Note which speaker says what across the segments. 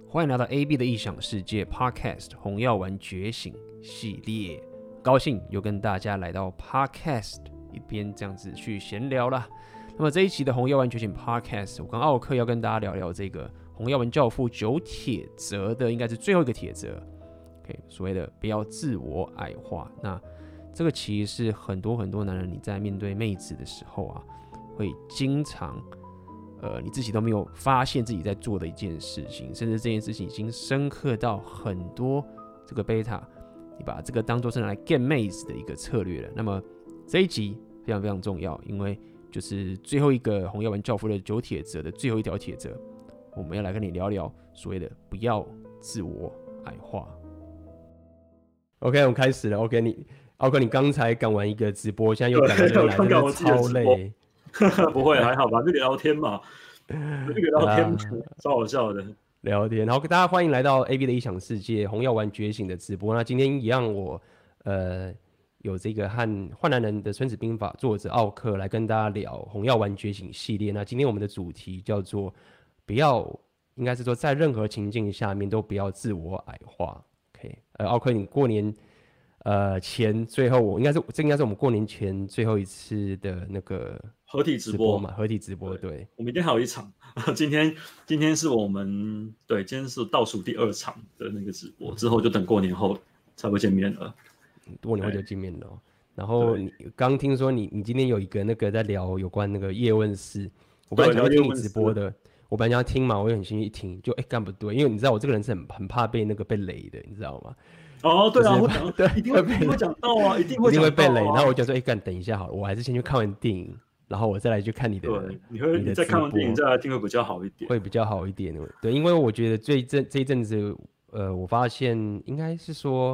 Speaker 1: 欢迎来到 AB 的异想世界 Podcast 红药丸觉醒系列，高兴又跟大家来到 Podcast 一边这样子去闲聊啦。那么这一期的红药丸觉醒 Podcast， 我跟奥克要跟大家聊聊这个红药丸教父9铁则的，应该是最后一个铁则，所谓的不要自我矮化。那这个其实是很多男人你在面对妹子的时候啊，会经常你自己都没有发现自己在做的一件事情，甚至这件事情已经深刻到很多这个贝塔，你把这个当作是拿来 get 妹子的一个策略了。那么这一集非常非常重要，因为就是最后一个红药丸教父的9铁则的最后一条铁则，我们要来跟你聊聊所谓的不要自我矮化。OK， 我们开始了。OK， 奥克，你刚才赶完一个直播，现在又赶回来，真的超累。
Speaker 2: 不会，还好吧，这个聊天嘛，这个聊天超好笑的。
Speaker 1: 聊天，然后大家欢迎来到 AB 的异想世界红药丸觉醒的直播。那今天一样我，有这个和坏男人的孙子兵法作者奥克来跟大家聊红药丸觉醒系列。那今天我们的主题叫做不要，应该是说在任何情境下面都不要自我矮化。OK， 奥克，你过年前最后这应该是我们过年前最后一次的那个
Speaker 2: 合体直播
Speaker 1: 嘛，合体直播。对，
Speaker 2: 我们一定还有一场，今天是我们今天是倒数第2场的那个直播，之后就等过年后才会见面了。
Speaker 1: 过年后就见面了。然后你刚听说你今天有一个那个在聊有关那个叶问4，我本来想要听你直播的，我本来想要听嘛，我也很兴趣一听，就干不对，因为你知道我这个人是很怕被那个被雷的，你知道吗？
Speaker 2: 哦，对啊，
Speaker 1: 就是、
Speaker 2: 我讲对，一定会讲到啊，一定会
Speaker 1: 被雷。然后我就说，等一下好了，我还是先去看完电影，然后我再来去看你的。
Speaker 2: 对，你再看完电影再来听会比较好一点。
Speaker 1: 会比较好一点，对，因为我觉得这一阵子，我发现应该是说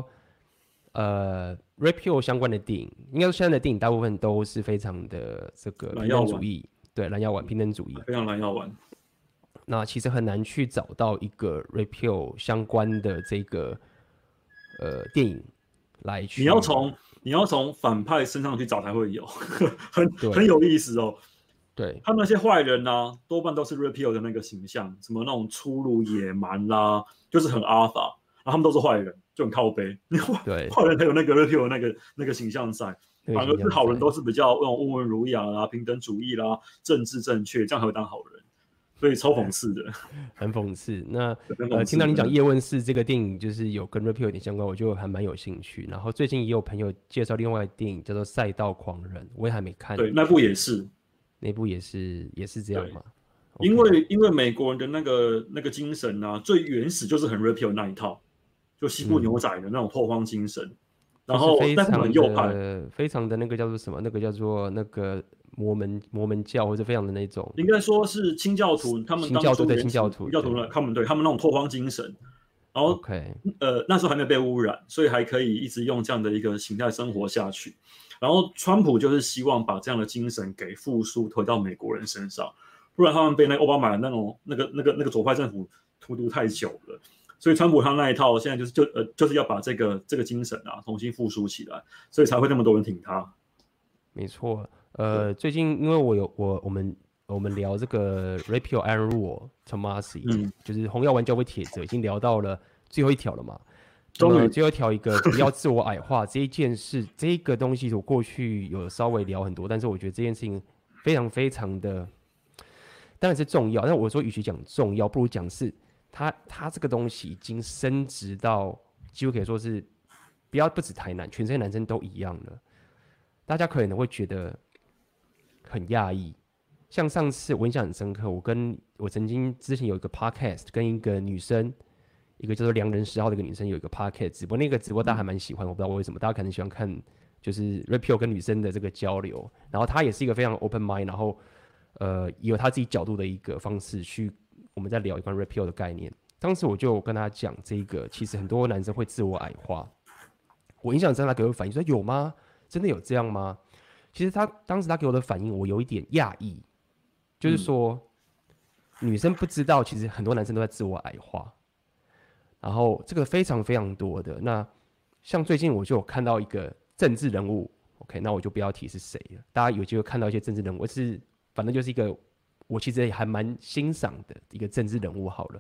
Speaker 1: ，Repeal 相关的电影，应该说现在的电影大部分都是非常的这个平等主义，对，蓝药丸平等主义，
Speaker 2: 非常蓝药丸。
Speaker 1: 那其实很难去找到一个 Repeal 相关的这个电影来去。
Speaker 2: 你要从反派身上去找才会有，很有意思哦。
Speaker 1: 对，
Speaker 2: 他们那些坏人啊，多半都是 Repeal 的那个形象，什么那种粗鲁野蛮啦，就是很阿法，然后他们都是坏人，就很靠背。对，坏人才有那个 Repeal 的那个形象在，反而是好人都是比较那种温文儒雅啦、平等主义啦、政治正确，这样才会当好人。所以超讽刺的，
Speaker 1: 很讽刺。那听到你讲叶问4这个电影，就是有跟 Repeal 有点相关，我就还蛮有兴趣。然后最近也有朋友介绍另外的电影叫做《赛道狂人》，我也还没看。
Speaker 2: 对，那部也是
Speaker 1: 这样嘛。
Speaker 2: 因为美国人的那个精神啊，最原始就是很 Repeal 那一套，就西部牛仔的那种拓荒精神。然后但是很右派，
Speaker 1: 非常的那个叫做什么？那个叫做那个摩门教，或者非常的那种，
Speaker 2: 应该说是清教徒，他们当初
Speaker 1: 清教徒
Speaker 2: 他们那种拓荒精神，然后那时候还没有被污染，所以还可以一直用这样的一个形态生活下去。然后川普就是希望把这样的精神给复苏，推到美国人身上，不然他们被那个奥巴马的那个左派政府荼毒太久了。所以川普他那一套现在就是要把这个精神啊重新复苏起来，所以才会那么多人挺他。
Speaker 1: 没错，最近因为我们聊这个 Repeal Iron Rule Tomasi，就是红药丸教父铁则已经聊到了最后一条了嘛。终于最后一条一个不要自我矮化这一件事，这个东西我过去有稍微聊很多，但是我觉得这件事情非常非常的，当然是重要。但我说与其讲重要，不如讲是。他这个东西已经升值到几乎可以说是不止台南，全世界男生都一样了。大家可能会觉得很讶异，像上次我印象很深刻，我曾经之前有一个 podcast 跟一个女生，一个叫做良人10号的一个女生有一个 podcast 直播，那个直播大家还蛮喜欢，我不知道为什么，大家可能喜欢看就是 Repeal 跟女生的这个交流，然后她也是一个非常 open mind， 然后有她自己角度的一个方式去。我们在聊有关 Repeal 的概念，当时我就跟他讲这个，其实很多男生会自我矮化。我印象中他给我反应说有吗？真的有这样吗？其实当时他给我的反应，我有一点讶异，就是说、女生不知道，其实很多男生都在自我矮化。然后这个非常非常多的，那像最近我就有看到一个政治人物 ，OK， 那我就不要提是谁了。大家有机会看到一些政治人物，反正就是一个。我其实也还蛮欣赏的一个政治人物好了，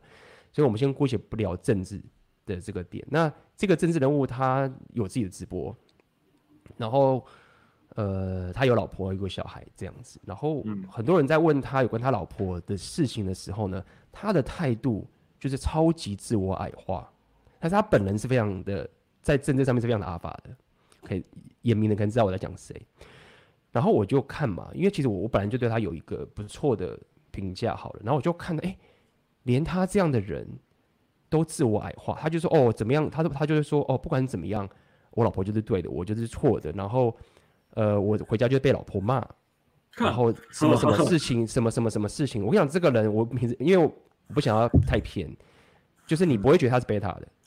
Speaker 1: 所以我们先姑且不聊政治的这个点。那这个政治人物他有自己的直播，然后他有老婆有个小孩这样子，然后很多人在问他有关他老婆的事情的时候呢，他的态度就是超级自我矮化，但是他本人是非常的在政治上面是非常的阿法的，可以眼明的可能知道我在讲谁。然后我就看嘛，因为其实我本来就对他有一个不错的评价好了，然后我就看到连他这样的人都自我矮化，他就说哦怎么样，他就是说哦不管怎么样，我老婆就是对的，我就是错的，然后我回家就被老婆骂，然后什么什么事情，什么什么什么事情。我跟你讲，这个人我平时因为我不想要太偏，就是你不会觉得他是贝塔的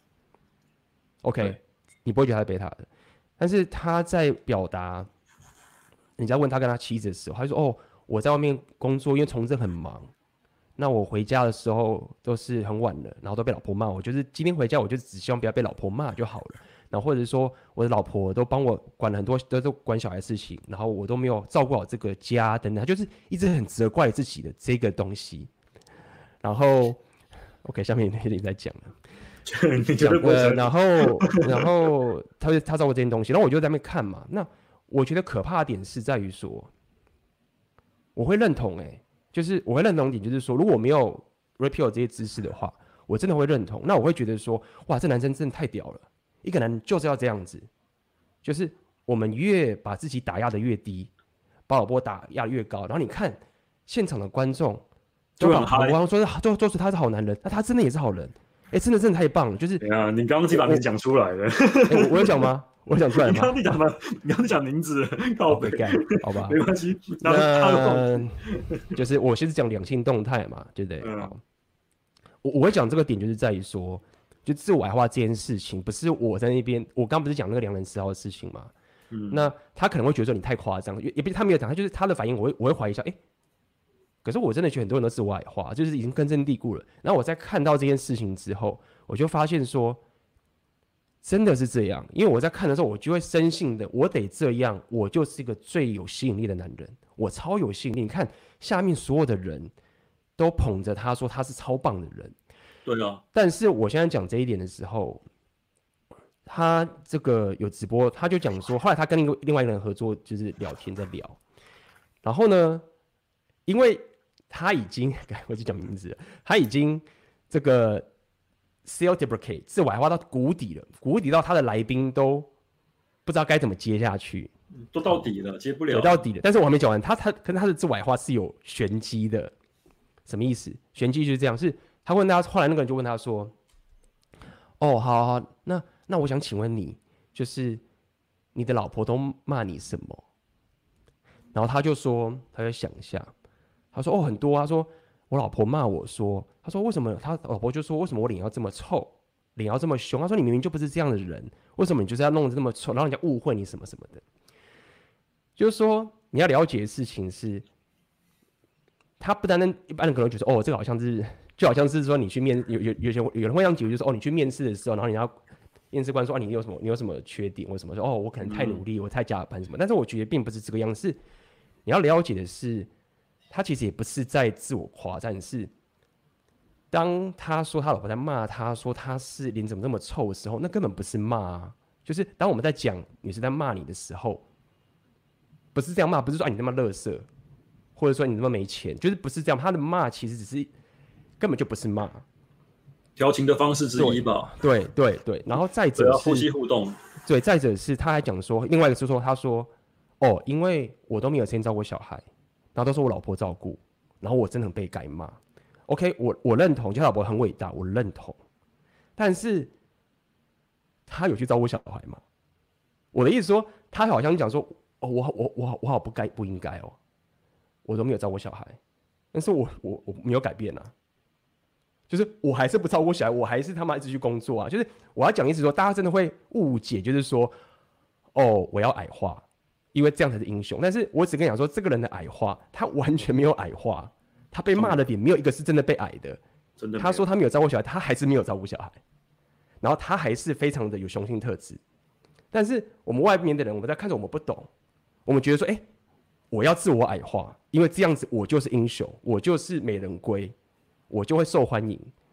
Speaker 1: ，OK， 你不会觉得他是贝塔的，但是他在表达，你在问他跟他妻子的时候，他就说哦我在外面工作，因为从政很忙，那我回家的时候都是很晚了，然后都被老婆骂，我就是今天回家我就只希望不要被老婆骂就好了。然后或者说我的老婆都帮我管了很多，都管小孩的事情，然后我都没有照顾好这个家等等，他就是一直很责怪自己的这个东西。然后 OK， 下面有点在讲了，
Speaker 2: 你觉得
Speaker 1: 然后他照顾这件东西，然后我就在那边看嘛。那我觉得可怕的点是在于说，我会认同就是我会认同点就是说，如果我没有 repeal 这些知识的话，我真的会认同。那我会觉得说，哇，这男生真的太屌了。一个男人就是要这样子，就是我们越把自己打压的越低，把老婆打压的越高，然后你看现场的观众都把老婆说他是好男人，那他真的也是好人，真的太棒了，就是
Speaker 2: 对啊，你刚刚就把名字讲出来了，
Speaker 1: 我有讲吗？我讲出来吗？
Speaker 2: 你刚讲名字，告白，
Speaker 1: 好吧，
Speaker 2: 没关系。
Speaker 1: 那就是我先是讲两性动态嘛，对不对？我会讲这个点，就是在于说。就自我矮化这件事情，不是我在那边，我刚不是讲那个良人拾号的事情嘛？那他可能会觉得说你太夸张，也不是他没有讲，他就是他的反应，我会怀疑一下，可是我真的觉得很多人都自我矮化，就是已经根深蒂固了。然后我在看到这件事情之后，我就发现说，真的是这样，因为我在看的时候，我就会深信的，我得这样，我就是一个最有吸引力的男人，我超有吸引力。你看下面所有的人都捧着他说他是超棒的人。
Speaker 2: 对啊，
Speaker 1: 但是我现在讲这一点的时候，他这个有直播，他就讲说，后来他跟另外一个人合作，就是聊天在聊，然后呢，因为他已经，我就讲名字了，他已经这个 self deprecate 自我矮化到谷底了，谷底到他的来宾都不知道该怎么接下去，
Speaker 2: 都到底了，接不了，
Speaker 1: 到底了。但是我还没讲完，他跟他的自我矮化是有玄机的，什么意思？玄机就是这样，是。他问他，后来那个人就问他说：“哦，好，那我想请问你，就是你的老婆都骂你什么？”然后他就说，他就想一下，他说：“哦，很多。”他说：“我老婆骂我说，他说为什么？他老婆就说为什么我脸要这么臭，脸要这么凶？他说你明明就不是这样的人，为什么你就是要弄得这么臭，然后人家误会你什么什么的？就是说你要了解的事情是，他不单单一般人可能觉得哦，这个好像是。”就好像是说你去面有人会这样解决，就是哦，你去面试的时候，然后你要面试官说你有什么缺点或什么说哦，我可能太努力，我太加班什么。但是我觉得并不是这个样子，你要了解的是，他其实也不是在自我夸赞，是当他说他老婆在骂他说他是脸怎么那么臭的时候，那根本不是骂就是当我们在讲女生在骂你的时候，不是这样骂，不是说你他妈垃圾，或者说你他妈没钱，就是不是这样，他的骂其实只是。根本就不是骂，
Speaker 2: 调情的方式之一吧。
Speaker 1: 对，然后再者是
Speaker 2: 夫妻互动，
Speaker 1: 对，再者是他还讲说，另外一个是说，他说，哦，因为我都没有时间照顾小孩，然后都是我老婆照顾，然后我真的很被该骂。OK， 我认同，就他老婆很伟大，我认同，但是他有去照顾小孩吗？我的意思说，他好像讲说，哦，我好不应该哦，我都没有照顾小孩，但是我没有改变啊。就是我还是不照顾小孩，我还是他妈一直去工作啊！就是我要讲意思说，大家真的会误解，就是说，哦，我要矮化，因为这样才是英雄。但是我只跟你讲说，这个人的矮化，他完全没有矮化，他被骂的点没有一个是真的被矮的。
Speaker 2: 真的，
Speaker 1: 他说他没有照顾小孩，他还是没有照顾小孩，然后他还是非常的有雄性特质。但是我们外面的人，我们在看着我们不懂，我们觉得说，我要自我矮化，因为这样子我就是英雄，我就是美人归。我就会受欢迎，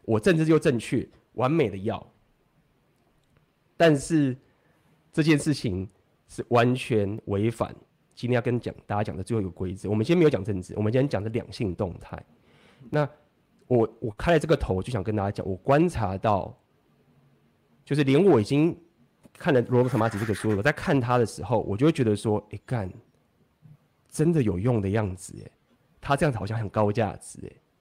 Speaker 1: 我政治就正确，完美的要。但是这件事情是完全违反今天要跟大家讲的最后一个规则。我们今天没有讲政治，我们今天讲的两性动态。那我开了这个头，我就想跟大家讲，我观察到，就是连我已经看了罗伯特马子这个书，我在看他的时候，我就会觉得说，干，真的有用的样子，他这样子好像很高价值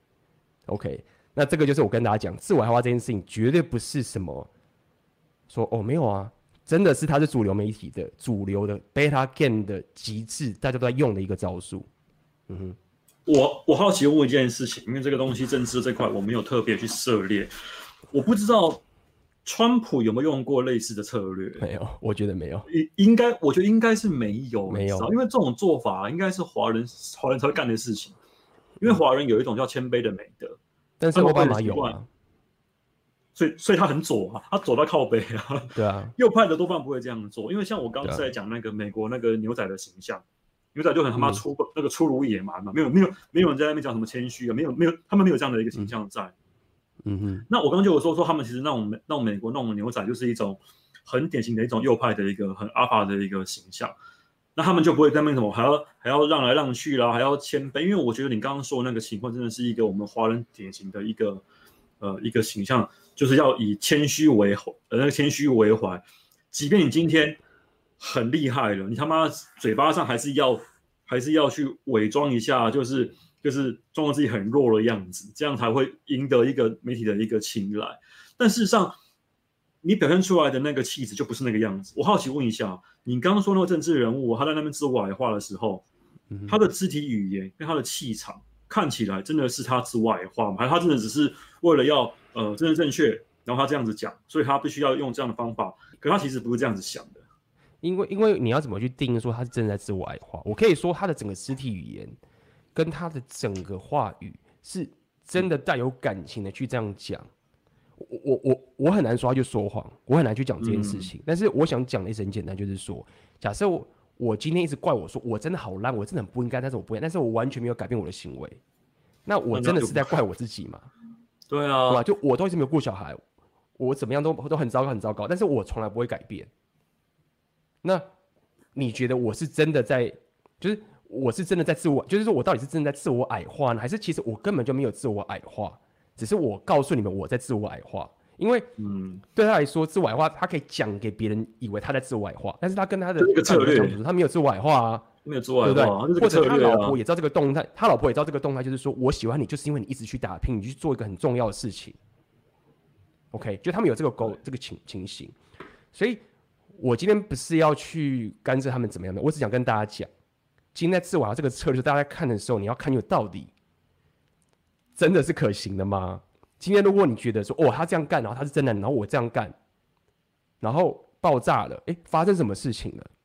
Speaker 1: ，OK， 那这个就是我跟大家讲，自我矮化这件事情绝对不是什么说没有啊，真的是它是主流媒体的主流的 beta game 的极致，大家都在用的一个招数。
Speaker 2: 我好奇问一件事情，因为这个东西政治这块我没有特别去涉猎，我不知道川普有没有用过类似的策略？
Speaker 1: 没有，我觉得没有。
Speaker 2: 我觉得应该是没有，因为这种做法应该是华人才会干的事情，因为华人有一种叫谦卑的美德，
Speaker 1: 但是奥巴马有啊。
Speaker 2: 所以他很左啊，他左到靠北啊。
Speaker 1: 对啊，
Speaker 2: 右派的多半不会这样做，因为像我刚刚是在讲那个美国那个牛仔的形象，牛仔就很他妈粗鲁野蛮嘛，没有人在那边讲什么谦虚啊，没有，他们没有这样的一个形象在。那我刚刚就有说他们其实那种美国那种牛仔就是一种很典型的一种右派的一个很阿法的一个形象，那他们就不会在那边什么还要让来让去啦，还要谦卑，因为我觉得你刚刚说的那个情况真的是一个我们华人典型的一个形象。就是要以谦虚为怀，即便你今天很厉害了，你他妈嘴巴上还是要去伪装一下，就是装作自己很弱的样子，这样才会赢得一个媒体的一个青睐。但事实上，你表现出来的那个气质就不是那个样子。我好奇问一下，你刚刚说那个政治人物，他在那边自我矮化的时候，他的肢体语言跟他的气场看起来真的是他自我矮化吗？还是他真的只是为了要政治正确，然后他这样子讲，所以他必须要用这样的方法。可他其实不是这样子想的，
Speaker 1: 因为你要怎么去定义说他是真的在自我矮化？我可以说他的整个肢体语言跟他的整个话语是真的带有感情的去这样讲。我很难说他就说谎，我很难去讲这件事情。但是我想讲的意思很简单，就是说，假设我今天一直怪我说我真的好烂，我真的很不应该，但是我不应该，但是我完全没有改变我的行为，那我真的是在怪我自己吗？
Speaker 2: 对啊，
Speaker 1: 对吧？就我都一直没有顾小孩，我怎么样都很糟糕很糟糕，但是我从来不会改变。那你觉得我是真的在，就是我是真的在自我，就是说我到底是真的在自我矮化呢，还是其实我根本就没有自我矮化，只是我告诉你们我在自我矮化？因为对他来说，自我矮化他可以讲给别人以为他在自我矮化，但是他跟他的
Speaker 2: 策略
Speaker 1: 相处，他没有自我矮化啊。
Speaker 2: 没有自我矮化，
Speaker 1: 对不对？或者他老婆也知道这个动态，他老婆也知道这个动态，就是说我喜欢你，就是因为你一直去打拼，你去做一个很重要的事情。OK， 就他们有这个情形，所以我今天不是要去干涉他们怎么样的，我只想跟大家讲，今天在自我矮化这个策略，大家在看的时候，你要看有到底真的是可行的吗？今天如果你觉得说他这样干，然后他是真的，然后我这样干，然后爆炸了，发生什么事情了？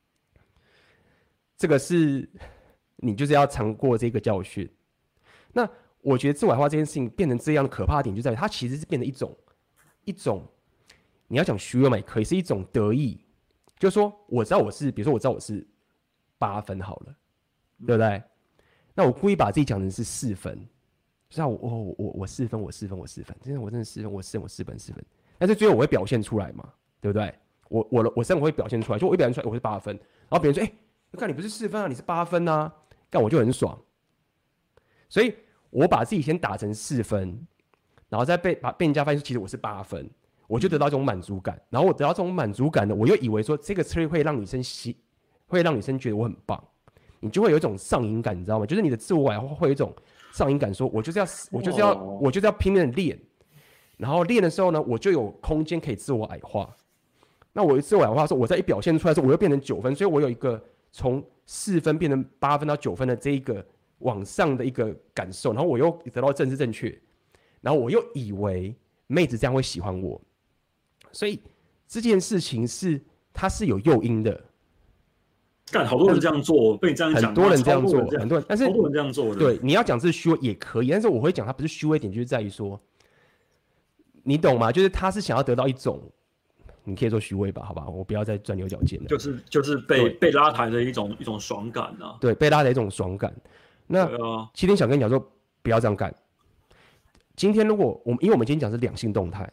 Speaker 1: 这个是你就是要尝过这个教训。那我觉得自我矮化这件事情变成这样的可怕的点就在于，它其实是变成一种你要讲虚伪嘛，也可以是一种得意，就是说我知道我是，比如说我知道我是8分好了，对不对？那我故意把自己讲成是4分，就是我4分，我4分，我4分，真的我真的4分，我4分，但是最后我会表现出来嘛，对不对？我生活会表现出来，就我一表现出来我是8分，然后别人说看你不是4分啊，你是8分啊，干我就很爽。所以我把自己先打成4分，然后再被人家发现其实我是8分，我就得到这种满足感。然后我得到这种满足感呢，我又以为说这个策略会让女生觉得我很棒，你就会有一种上瘾感，你知道吗？就是你的自我矮化会有一种上瘾感，说我就是要拼命的练，然后练的时候呢，我就有空间可以自我矮化。那我自我矮化的时候，我在一表现出来的时候，我又变成9分，所以我有一个从4分变成8分到9分的这一个往上的一个感受，然后我又得到政治正确，然后我又以为妹子这样会喜欢我，所以这件事情它是有诱因的。
Speaker 2: 干，好多人这样做，被你这样讲，
Speaker 1: 很多人这样做，很多人，但是
Speaker 2: 好多人这样做的。
Speaker 1: 对，你要讲是虚伪也可以，但是我会讲它不是虚伪点，就是在于说，你懂吗？就是他是想要得到一种。你可以说虚伪吧，好吧，我不要再钻牛角尖了。
Speaker 2: 就是被拉抬的一种爽感啊。
Speaker 1: 对，被拉的一种爽感。那今天想跟你讲说，不要这样干。 今天如果因为我们今天讲是两性动态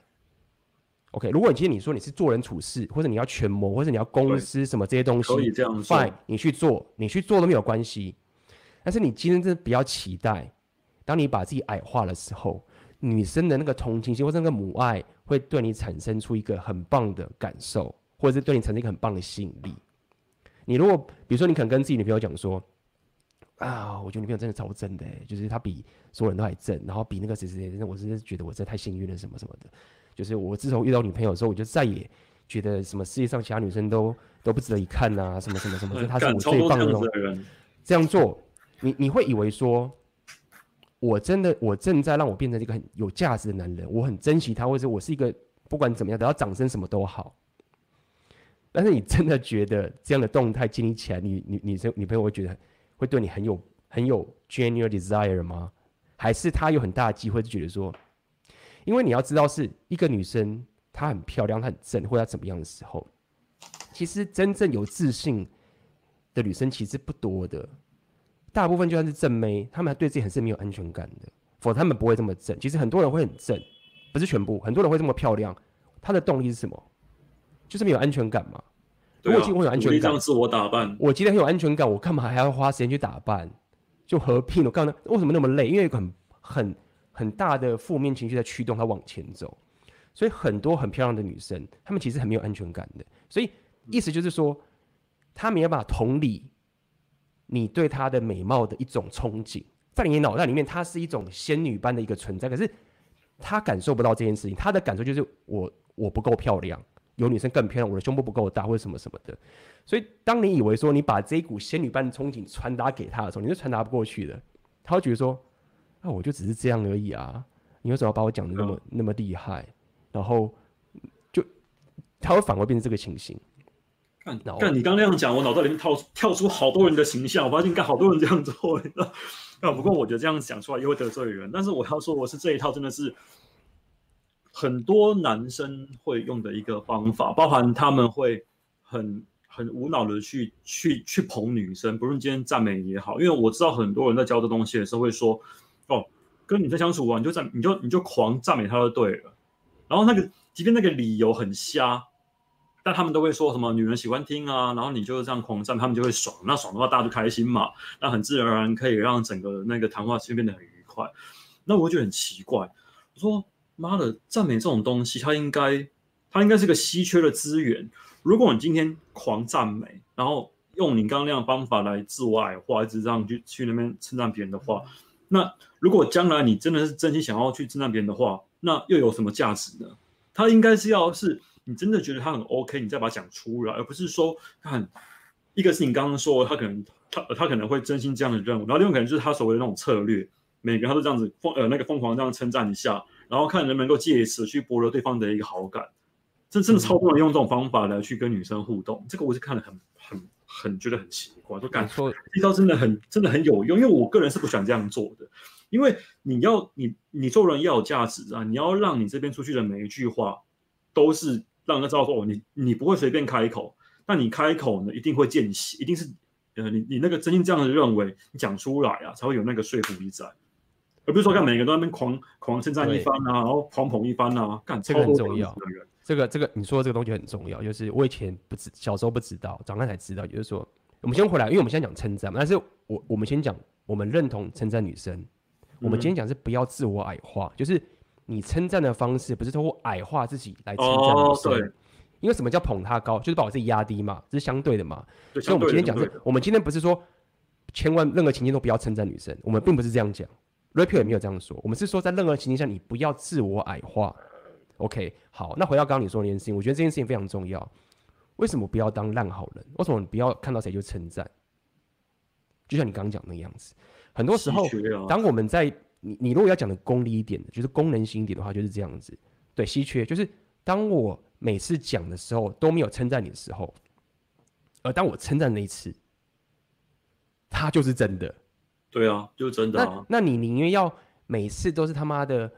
Speaker 1: ，OK， 如果今天你说你是做人处事，或者你要权谋，或者你要公司什么这些东西，
Speaker 2: 可以这样做
Speaker 1: ，fine， 你去做都没有关系。但是你今天真的不要期待，当你把自己矮化的时候，女生的那个同情心或者那个母爱会对你产生出一个很棒的感受，或者是对你产生一个很棒的吸引力。你如果比如说你可能跟自己女朋友讲说，啊，我觉得女朋友真的超正的，就是她比所有人都还正，然后比那个谁谁谁，我真的觉得我真的太幸运了，什么什么的。就是我自从遇到女朋友的时候，我就再也觉得什么世界上其他女生都不值得一看啊，什么什么什么，她是我最棒的人。这样做，你会以为说，我正在让我变成一个很有价值的男人，我很珍惜他，或者我是一个不管怎么样得到掌声什么都好。但是你真的觉得这样的动态建立起来，女朋友会觉得会对你很有 genuine desire 吗？还是她有很大的机会就觉得说，因为你要知道是一个女生她很漂亮，她很正，或者她怎么样的时候，其实真正有自信的女生其实不多的，大部分就算是正妹，她们对自己很是没有安全感的，否则她们不会这么正。其实很多人会很正，不是全部，很多人会这么漂亮，她的动力是什么？就是没有安全感嘛。如果今天我有安全感，
Speaker 2: 自我打扮，
Speaker 1: 我今天很有安全感，我干嘛还要花时间去打扮？就何必呢？我告诉你，为什么那么累？因为有一个很大的负面情绪在驱动她往前走。所以很多很漂亮的女生，她们其实很没有安全感的。所以意思就是说，她没有办法同理你对她的美貌的一种憧憬，在你脑袋里面，她是一种仙女般的一个存在，可是她感受不到这件事情。她的感受就是我不够漂亮。有女生更漂亮，我的胸部不够大，或者什么什么的。所以，当你以为说你把这一股仙女般的憧憬传达给她的时候，你是传达不过去的。她会觉得说：“啊，我就只是这样而已啊，你为什么要把我讲的那么厉害？”然后就她会反而变成这个情形。
Speaker 2: 干你刚那样讲，我脑袋里面跳出好多人的形象，我发现干好多人这样做。不过我觉得这样讲出来又会得罪人。但是我要说，我是这一套真的是。很多男生会用的一个方法，包含他们会很无脑的去捧女生，不论今天赞美也好，因为我知道很多人在教这东西的时候会说，哦，跟女生相处啊，你就狂赞美她就对了。然后即便那个理由很瞎，但他们都会说什么女人喜欢听啊，然后你就这样狂赞，他们就会爽。那爽的话，大家就开心嘛，那很自然而然可以让整个那个谈话气氛变得很愉快。那我就觉得很奇怪，我说。妈的，赞美这种东西，它应该是个稀缺的资源。如果你今天狂赞美，然后用你刚刚那样的方法来自我矮化，一直这样去那边称赞别人的话，那如果将来你真的是真心想要去称赞别人的话，那又有什么价值呢？它应该是你真的觉得它很 OK， 你再把它讲出来，而不是说看一个是你刚刚说他可能会真心这样的任务，然后另外可能就是他所谓的那种策略，每个人他都这样子疯狂这样称赞一下。然后看能不能够借此去博得对方的一个好感，真的超多人用这种方法来去跟女生互动，这个我是看得很觉得很奇怪，就感觉这招真的很有用，因为我个人是不喜欢这样做的，因为你做人要有价值啊，你要让你这边出去的每一句话都是让人家知道说你不会随便开口，但你开口呢一定会见血，一定是你那个真心这样的认为，你讲出来啊才会有那个说服力在。而不是说看每个人都在那边狂称赞一番啊，然后狂捧一番啊，干
Speaker 1: 这个很重要。这个你说的这个东西很重要，就是我以前小时候不知道，长大才知道。就是说，我们先回来，因为我们现在讲称赞嘛，但是我们先讲，我们认同称赞女生。我们今天讲是不要自我矮化，就是你称赞的方式不是通过矮化自己来称赞女生。对。因为什么叫捧她高，就是把我自己压低嘛，这是相对的嘛。所以我们今天讲是，我们今天不是说千万任何情境都不要称赞女生，我们并不是这样讲。Rapio 也没有这样说，我们是说在任何情境下你不要自我矮化。OK， 好，那回到刚刚你说的那件事情，我觉得这件事情非常重要。为什么不要当烂好人？为什么你不要看到谁就称赞？就像你刚刚讲的那样子，很多时候，当我们在你如果要讲的功利一点的，就是功能性一点的话，就是这样子。对，稀缺就是当我每次讲的时候都没有称赞你的时候，而当我称赞那一次，它就是真的。
Speaker 2: 对啊，就是真的啊。
Speaker 1: 那你宁愿要每次都是他妈的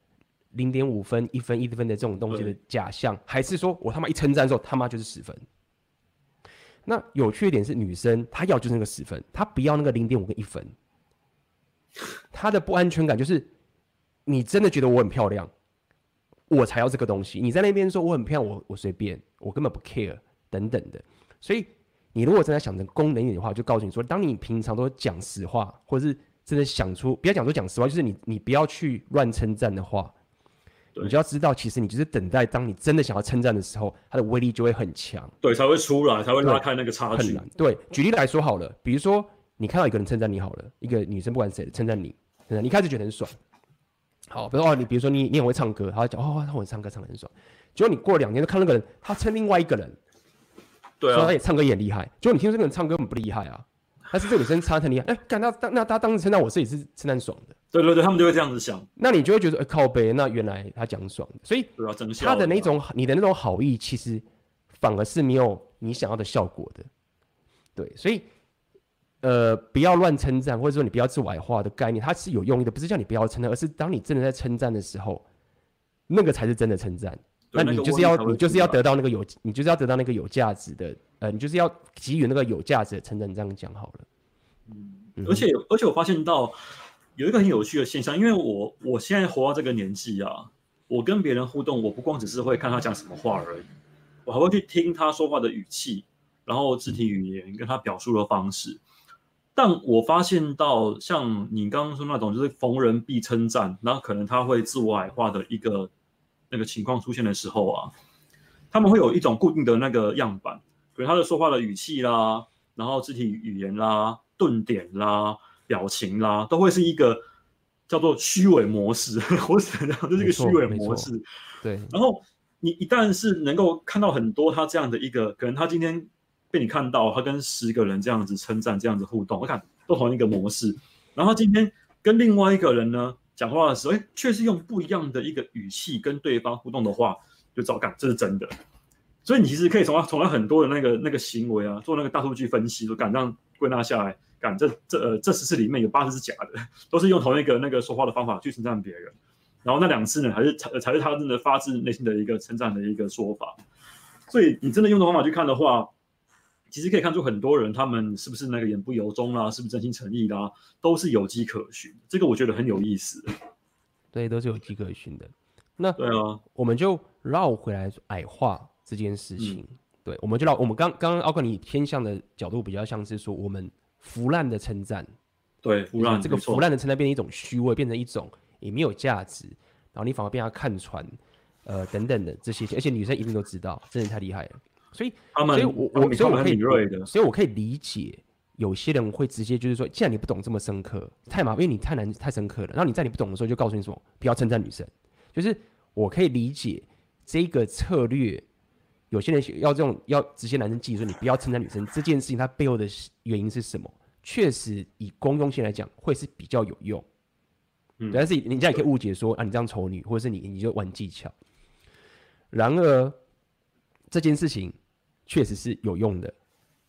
Speaker 1: 0.5分、1分、1分的这种东西的假象，还是说我他妈一称赞之后他妈就是10分？那有趣的点是，女生她要就是那个10分，她不要那个0.5跟1分。她的不安全感就是你真的觉得我很漂亮，我才要这个东西。你在那边说我很漂亮，我随便，我根本不 care 等等的。所以你如果真的想成功能一点的话，就告诉你说，当你平常都讲实话，或者是真的想出，不要讲说讲实话，就是你不要去乱称赞的话，你就要知道，其实你就是等待，当你真的想要称赞的时候，它的威力就会很强，
Speaker 2: 对，才会出来，才会拉开那个差距。
Speaker 1: 很难。对，举例来说好了，比如说你看到一个人称赞你好了，一个女生不管谁称赞你，你开始觉得很爽。好，比如说你比如说你很会唱歌，他讲他会唱歌唱得很爽，结果你过了2年就看那个人，他称另外一个人，
Speaker 2: 对啊，
Speaker 1: 说他也唱歌也很厉害，结果你听说这个人唱歌很不厉害啊，但是这个女生唱得很厉害，那他当时称赞我是也是称赞爽的。
Speaker 2: 对对对，他们就会这样子想，
Speaker 1: 那你就会觉得，靠北，那原来他讲爽的，所以他的那种你的那种好意，其实反而是没有你想要的效果的。对，所以不要乱称赞，或者说你不要自我矮化的概念，它是有用意的，不是叫你不要称赞，而是当你真的在称赞的时候，那个才是真的称赞。那你就是要得到那个你就是要得到那个有价值的，你就是要给予那个有价值的称赞，这样讲好了。
Speaker 2: 而且我发现到有一个很有趣的现象，因为我现在活到这个年纪啊，我跟别人互动，我不光只是会看他讲什么话而已，我还会去听他说话的语气，然后肢体语言跟他表述的方式。但我发现到像你刚刚说那种，就是逢人必称赞，然后可能他会自我矮化的一个那个情况出现的时候啊，他们会有一种固定的那个样板，比如他的说话的语气啦，然后肢体语言啦、顿点啦、表情啦，都会是一个叫做虚伪模式。我只能讲，就是一个虚伪模式。
Speaker 1: 对。
Speaker 2: 然后你一旦是能够看到很多他这样的一个，可能他今天被你看到，他跟10个人这样子称赞、这样子互动，我看都同一个模式。然后今天跟另外一个人呢讲话的时候，却是用不一样的一个语气跟对方互动的话，就知道，这是真的。所以你其实可以从他很多的那个行为啊，做那个大数据分析，说这样归纳下来，这10次里面有8次是假的，都是用同一个那个说话的方法去称赞别人。然后那2次呢，才是他真的发自内心的一个称赞的一个说法。所以你真的用这方法去看的话，其实可以看出很多人他们是不是那个言不由衷啦，是不是真心诚意啦，都是有迹可循。这个我觉得很有意思。
Speaker 1: 对，都是有迹可循的。那
Speaker 2: 对啊，
Speaker 1: 我们就绕回来矮化这件事情。对，我们刚刚奥克尼偏向的角度比较像是说我们腐烂的称赞。
Speaker 2: 对，腐烂
Speaker 1: 这个腐烂的称赞变成一种虚伪，变成一种也没有价值，然后你反而被他看穿，等等的这些，而且女生一定都知道，真的太厉害了。所以我可以理解有些人会直接就是说，既然你不懂这么深刻，太麻烦，因为你太深刻了。然后你在你不懂的时候就告诉你说，不要称赞女生。就是我可以理解这个策略，有些人要直接男生记住你不要称赞女生这件事情，它背后的原因是什么？确实以公用性来讲，会是比较有用。但是人家也可以误解说啊，你这样丑女，或者是你就玩技巧。然而这件事情确实是有用的，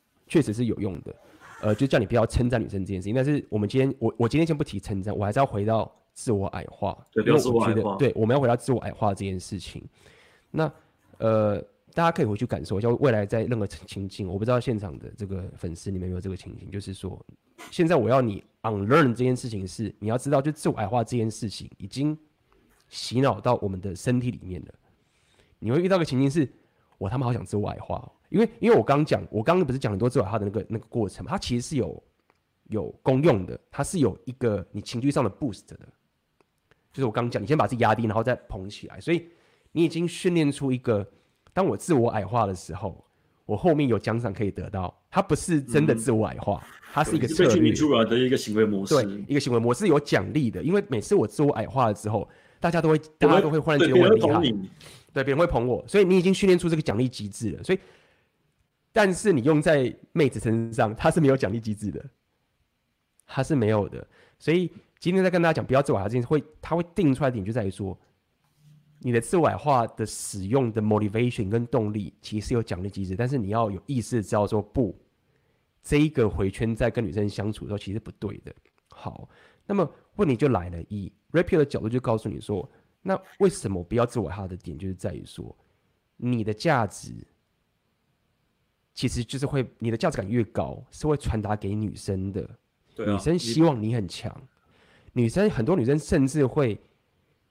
Speaker 1: 就叫你不要称赞女生这件事情。但是我今天先不提称赞，我还是要回到自我矮化。
Speaker 2: 对，因为我觉得
Speaker 1: 对，我们要回到自我矮化这件事情。那大家可以回去感受一下，未来在任何情境，我不知道现场的这个粉丝你们有没有这个情形，就是说，现在我要你 unlearn 这件事情是，你要知道，就自我矮化这件事情已经洗脑到我们的身体里面了。你会遇到个情境是，我他妈好想自我矮化，因为我刚刚不是讲很多自我矮化的那个过程，它其实是有功用的，它是有一个你情绪上的 boost 的，就是我刚讲，你先把自己压低，然后再捧起来，所以你已经训练出一个，当我自我矮化的时候，我后面有奖赏可以得到，它不是真的自我矮化，它是一个策略，
Speaker 2: 被训练出来的一个行为模式，
Speaker 1: 对，一个行为模式有奖励的，因为每次我自我矮化了之后，大家都会忽然觉得我很厉害。对，别人会捧我，所以你已经训练出这个奖励机制了。所以，但是你用在妹子身上，它是没有奖励机制的，它是没有的。所以今天在跟大家讲不要自我矮化这件事，它会定出来的点就在于说，你的自我矮化的使用的 motivation 跟动力其实是有奖励机制，但是你要有意识的知道说不，这一个回圈在跟女生相处的时候其实不对的。好，那么问题就来了，以 Rapio 的角度就告诉你说。那为什么不要自我矮化的点，就是在于说，你的价值其实就是你的价值感越高，是会传达给女生的。
Speaker 2: 对啊，
Speaker 1: 女生希望你很强，很多女生甚至会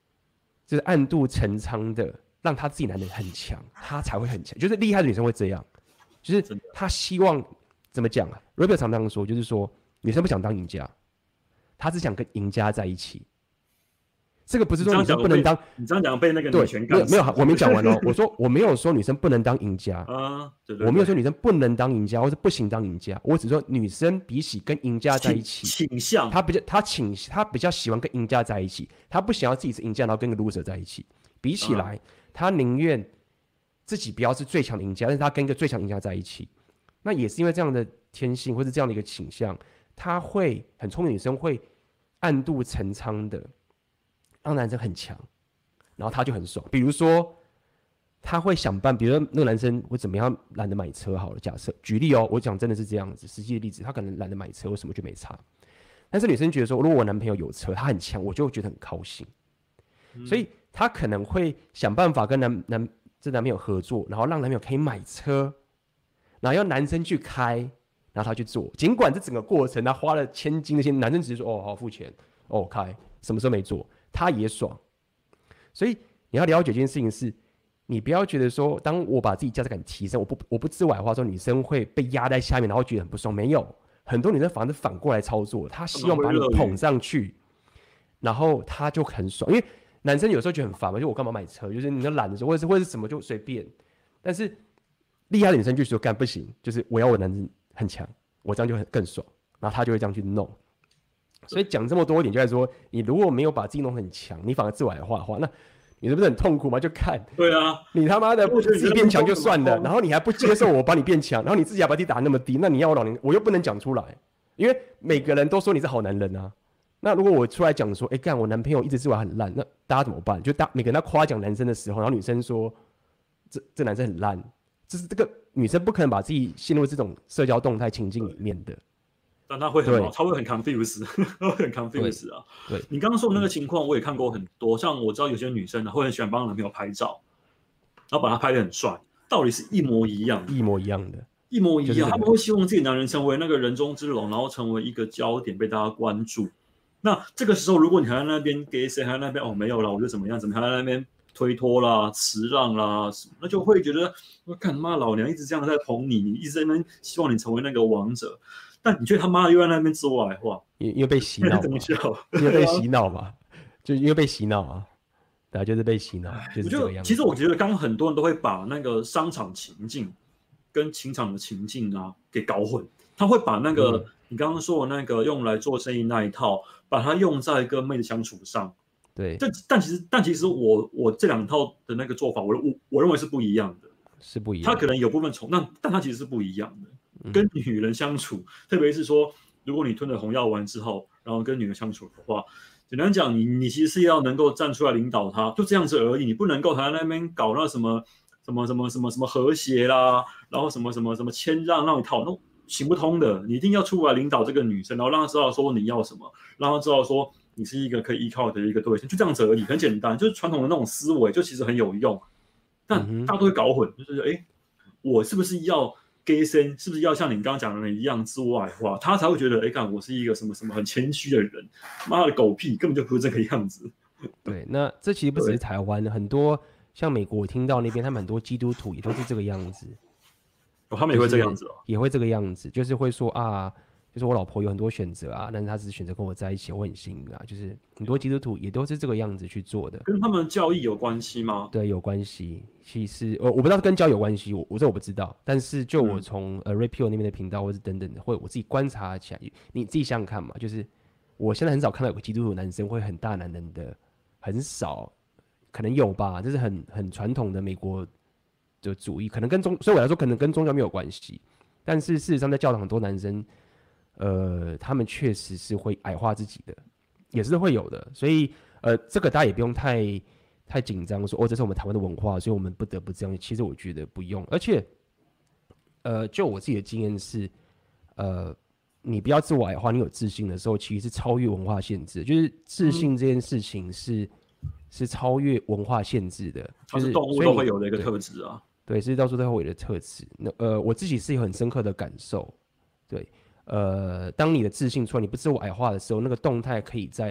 Speaker 1: 就是暗度陈仓的让他自己男人很强，他才会很强。就是厉害的女生会这样，就是他希望怎么讲啊 ？Rapio 常常说，就是说女生不想当赢家，她只想跟赢家在一起。这个不是说女生不能当，
Speaker 2: 你这样讲被那个女权干
Speaker 1: 没有，我没讲完哦。我说我没有说女生不能当赢家
Speaker 2: 啊，
Speaker 1: 我没有说女生不能当赢家，或是不行当赢家。我只说女生比起跟赢家在一起，
Speaker 2: 倾向
Speaker 1: 她比较喜欢跟赢家在一起，她不想要自己是赢家，然后跟个 loser 在一起。比起来，她宁愿自己不要是最强的赢家，但是她跟一个最强赢家在一起。那也是因为这样的天性，或是这样的一个倾向，她会很聪明的女生会暗度陈仓的。让男生很强，然后他就很爽。比如说，他会想办法，比如说那个男生会怎么样懒得买车好了，假设举例哦，我讲真的是这样子，实际的例子，他可能懒得买车，为什么就没差？但是女生觉得说，如果我男朋友有车，他很强，我就觉得很高兴，所以他可能会想办法跟男朋友合作，然后让男朋友可以买车，然后要男生去开，然后他去做，尽管这整个过程他花了千金那些，男生只是说哦好付钱，哦开，什么时候没做？他也爽，所以你要了解一件事情是，你不要觉得说，当我把自己价值感提升，我不自我化之后，女生会被压在下面，然后觉得很不爽。没有，很多女生反而反过来操作，她希望把你捧上去，然后她就很爽。因为男生有时候觉得很烦嘛，就我干嘛买车？就是你懒的时候，或者是什么就随便。但是厉害的女生就说干不行，就是我要我男人很强，我这样就更爽，然后她就会这样去弄。所以讲这么多一点，就在说，你如果没有把自己弄很强，你反而自我矮化的话，那你是不是很痛苦吗？就看，
Speaker 2: 对啊，
Speaker 1: 你他妈的自己变强就算了，然后你还不接受我把你变强，然后你自己还把自己打那么低，那你要我老娘，我又不能讲出来，因为每个人都说你是好男人啊。那如果我出来讲说，干我男朋友一直自我很烂，那大家怎么办？就每个人在夸奖男生的时候，然后女生说这男生很烂，这个女生不可能把自己陷入这种社交动态情境里面的。
Speaker 2: 但他会很confused， 他会很 confused 啊。
Speaker 1: 对，
Speaker 2: 你刚刚说的那个情况，我也看过很多。像我知道有些女生呢，会很喜欢帮男朋友拍照，然后把他拍得很帅，道理是一模一样的，
Speaker 1: 一模一样的，
Speaker 2: 一模一样。他们会希望自己男人成为那个人中之龙，然后成为一个焦点，被大家关注。那这个时候，如果你还在那边给谁，还在那边哦没有啦，我就怎么样，还在那边推脱啦、辞让啦，那就会觉得我干妈老娘一直这样在捧你，你一直在那边希望你成为那个王者。但你觉得他妈又在那边自我矮化，
Speaker 1: 因为被洗脑嘛，因为被洗脑嘛，就因为被洗脑啊，对啊，就是被洗脑，就是这个样子。
Speaker 2: 其实我觉得刚刚很多人都会把那个商场情境跟情场的情境啊给搞混，他会把那个你刚刚说的那个用来做生意那一套，把它用在跟妹子相处上。
Speaker 1: 对，
Speaker 2: 但其实我这两套的那个做法，我认为是不一样的，
Speaker 1: 是不一样的。
Speaker 2: 它可能有部分重，但它其实是不一样的。跟女人相处，特别是说，如果你吞了红药丸之后，然后跟女人相处的话，简单讲，你其实是要能够站出来领导她，就这样子而已。你不能够还在那边搞那什么和谐啦，然后什么谦让，让你讨那行不通的。你一定要出来领导这个女生，然后让她知道说你要什么，让她知道说你是一个可以依靠的一个对象，就这样子而已，很简单，就是传统的那种思维，就其实很有用。但大家都会搞混，就是我是不是要gay生，是不是要像你刚刚讲的一样自我矮化，他才会觉得干我是一个什么很谦虚的人，妈的狗屁，根本就不是这个样子。
Speaker 1: 对，那这其实不只是台湾，很多像美国，我听到那边他们很多基督徒也都是这个样子。
Speaker 2: 他们也会这个样子哦，
Speaker 1: 也会这个样子，就是会说啊，就是我老婆有很多选择啊，但是她只是选择跟我在一起，我很幸运啊。就是很多基督徒也都是这个样子去做的。
Speaker 2: 跟他们的教义有关系吗？
Speaker 1: 对，有关系。其实我不知道跟教有关系，我不知道。但是就我从Rapio 那边的频道或是等等的，或者我自己观察起来，你自己想想看嘛，就是我现在很少看到有个基督徒男生会很大男人的，很少，可能有吧，这是很传统的美国的主义，可能所以我来说可能跟宗教没有关系。但是事实上，在教堂很多男生，他们确实是会矮化自己的，也是会有的。所以这个大家也不用太紧张，说这是我们台湾的文化，所以我们不得不这样。其实我觉得不用，而且就我自己的经验是，你不要自我矮化，你有自信的时候，其实是超越文化限制，就是自信这件事情是超越文化限制的，
Speaker 2: 它是动物都会有的一个特质啊。
Speaker 1: 对，是到处都会有的特质。那我自己是有很深刻的感受。对，当你的自信出来，你不自我矮化的时候，那个动态可以在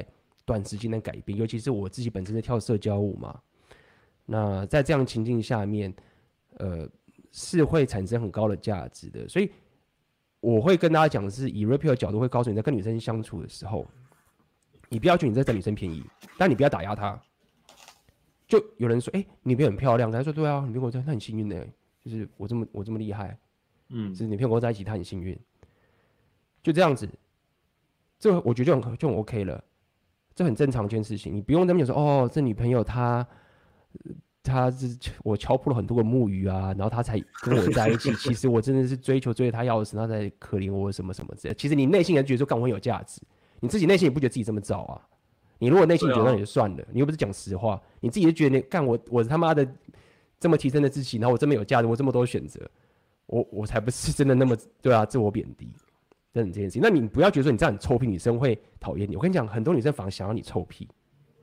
Speaker 1: 短时间的改变，尤其是我自己本身是跳社交舞嘛，那在这样情境下面，是会产生很高的价值的。所以我会跟大家讲的是，以 Rapio 的角度会告诉你，在跟女生相处的时候，你不要觉得你在占女生便宜，但你不要打压她。就有人说，女朋友很漂亮，他说对啊，女朋友她很幸运的，就是我这么厉害，是女朋友跟我在一起，她很幸运，就这样子，这我觉得就很 OK 了，这很正常一件事情，你不用在那边说这女朋友她是我敲破了很多个木鱼啊，然后她才跟我在一起，其实我真的是追她要死，她才可怜我什么什么之类的。其实你内心也觉得说干我很有价值，你自己内心也不觉得自己这么糟啊。你如果内心觉得那也就算了，你又不是讲实话，你自己就觉得干我他妈的这么提升的自己，然后我这么有价值，我这么多选择，我才不是真的那么对啊，自我贬低，真的这件事情。那你不要觉得说你这样很臭屁，女生会讨厌你。我跟你讲，很多女生反而想要你臭屁。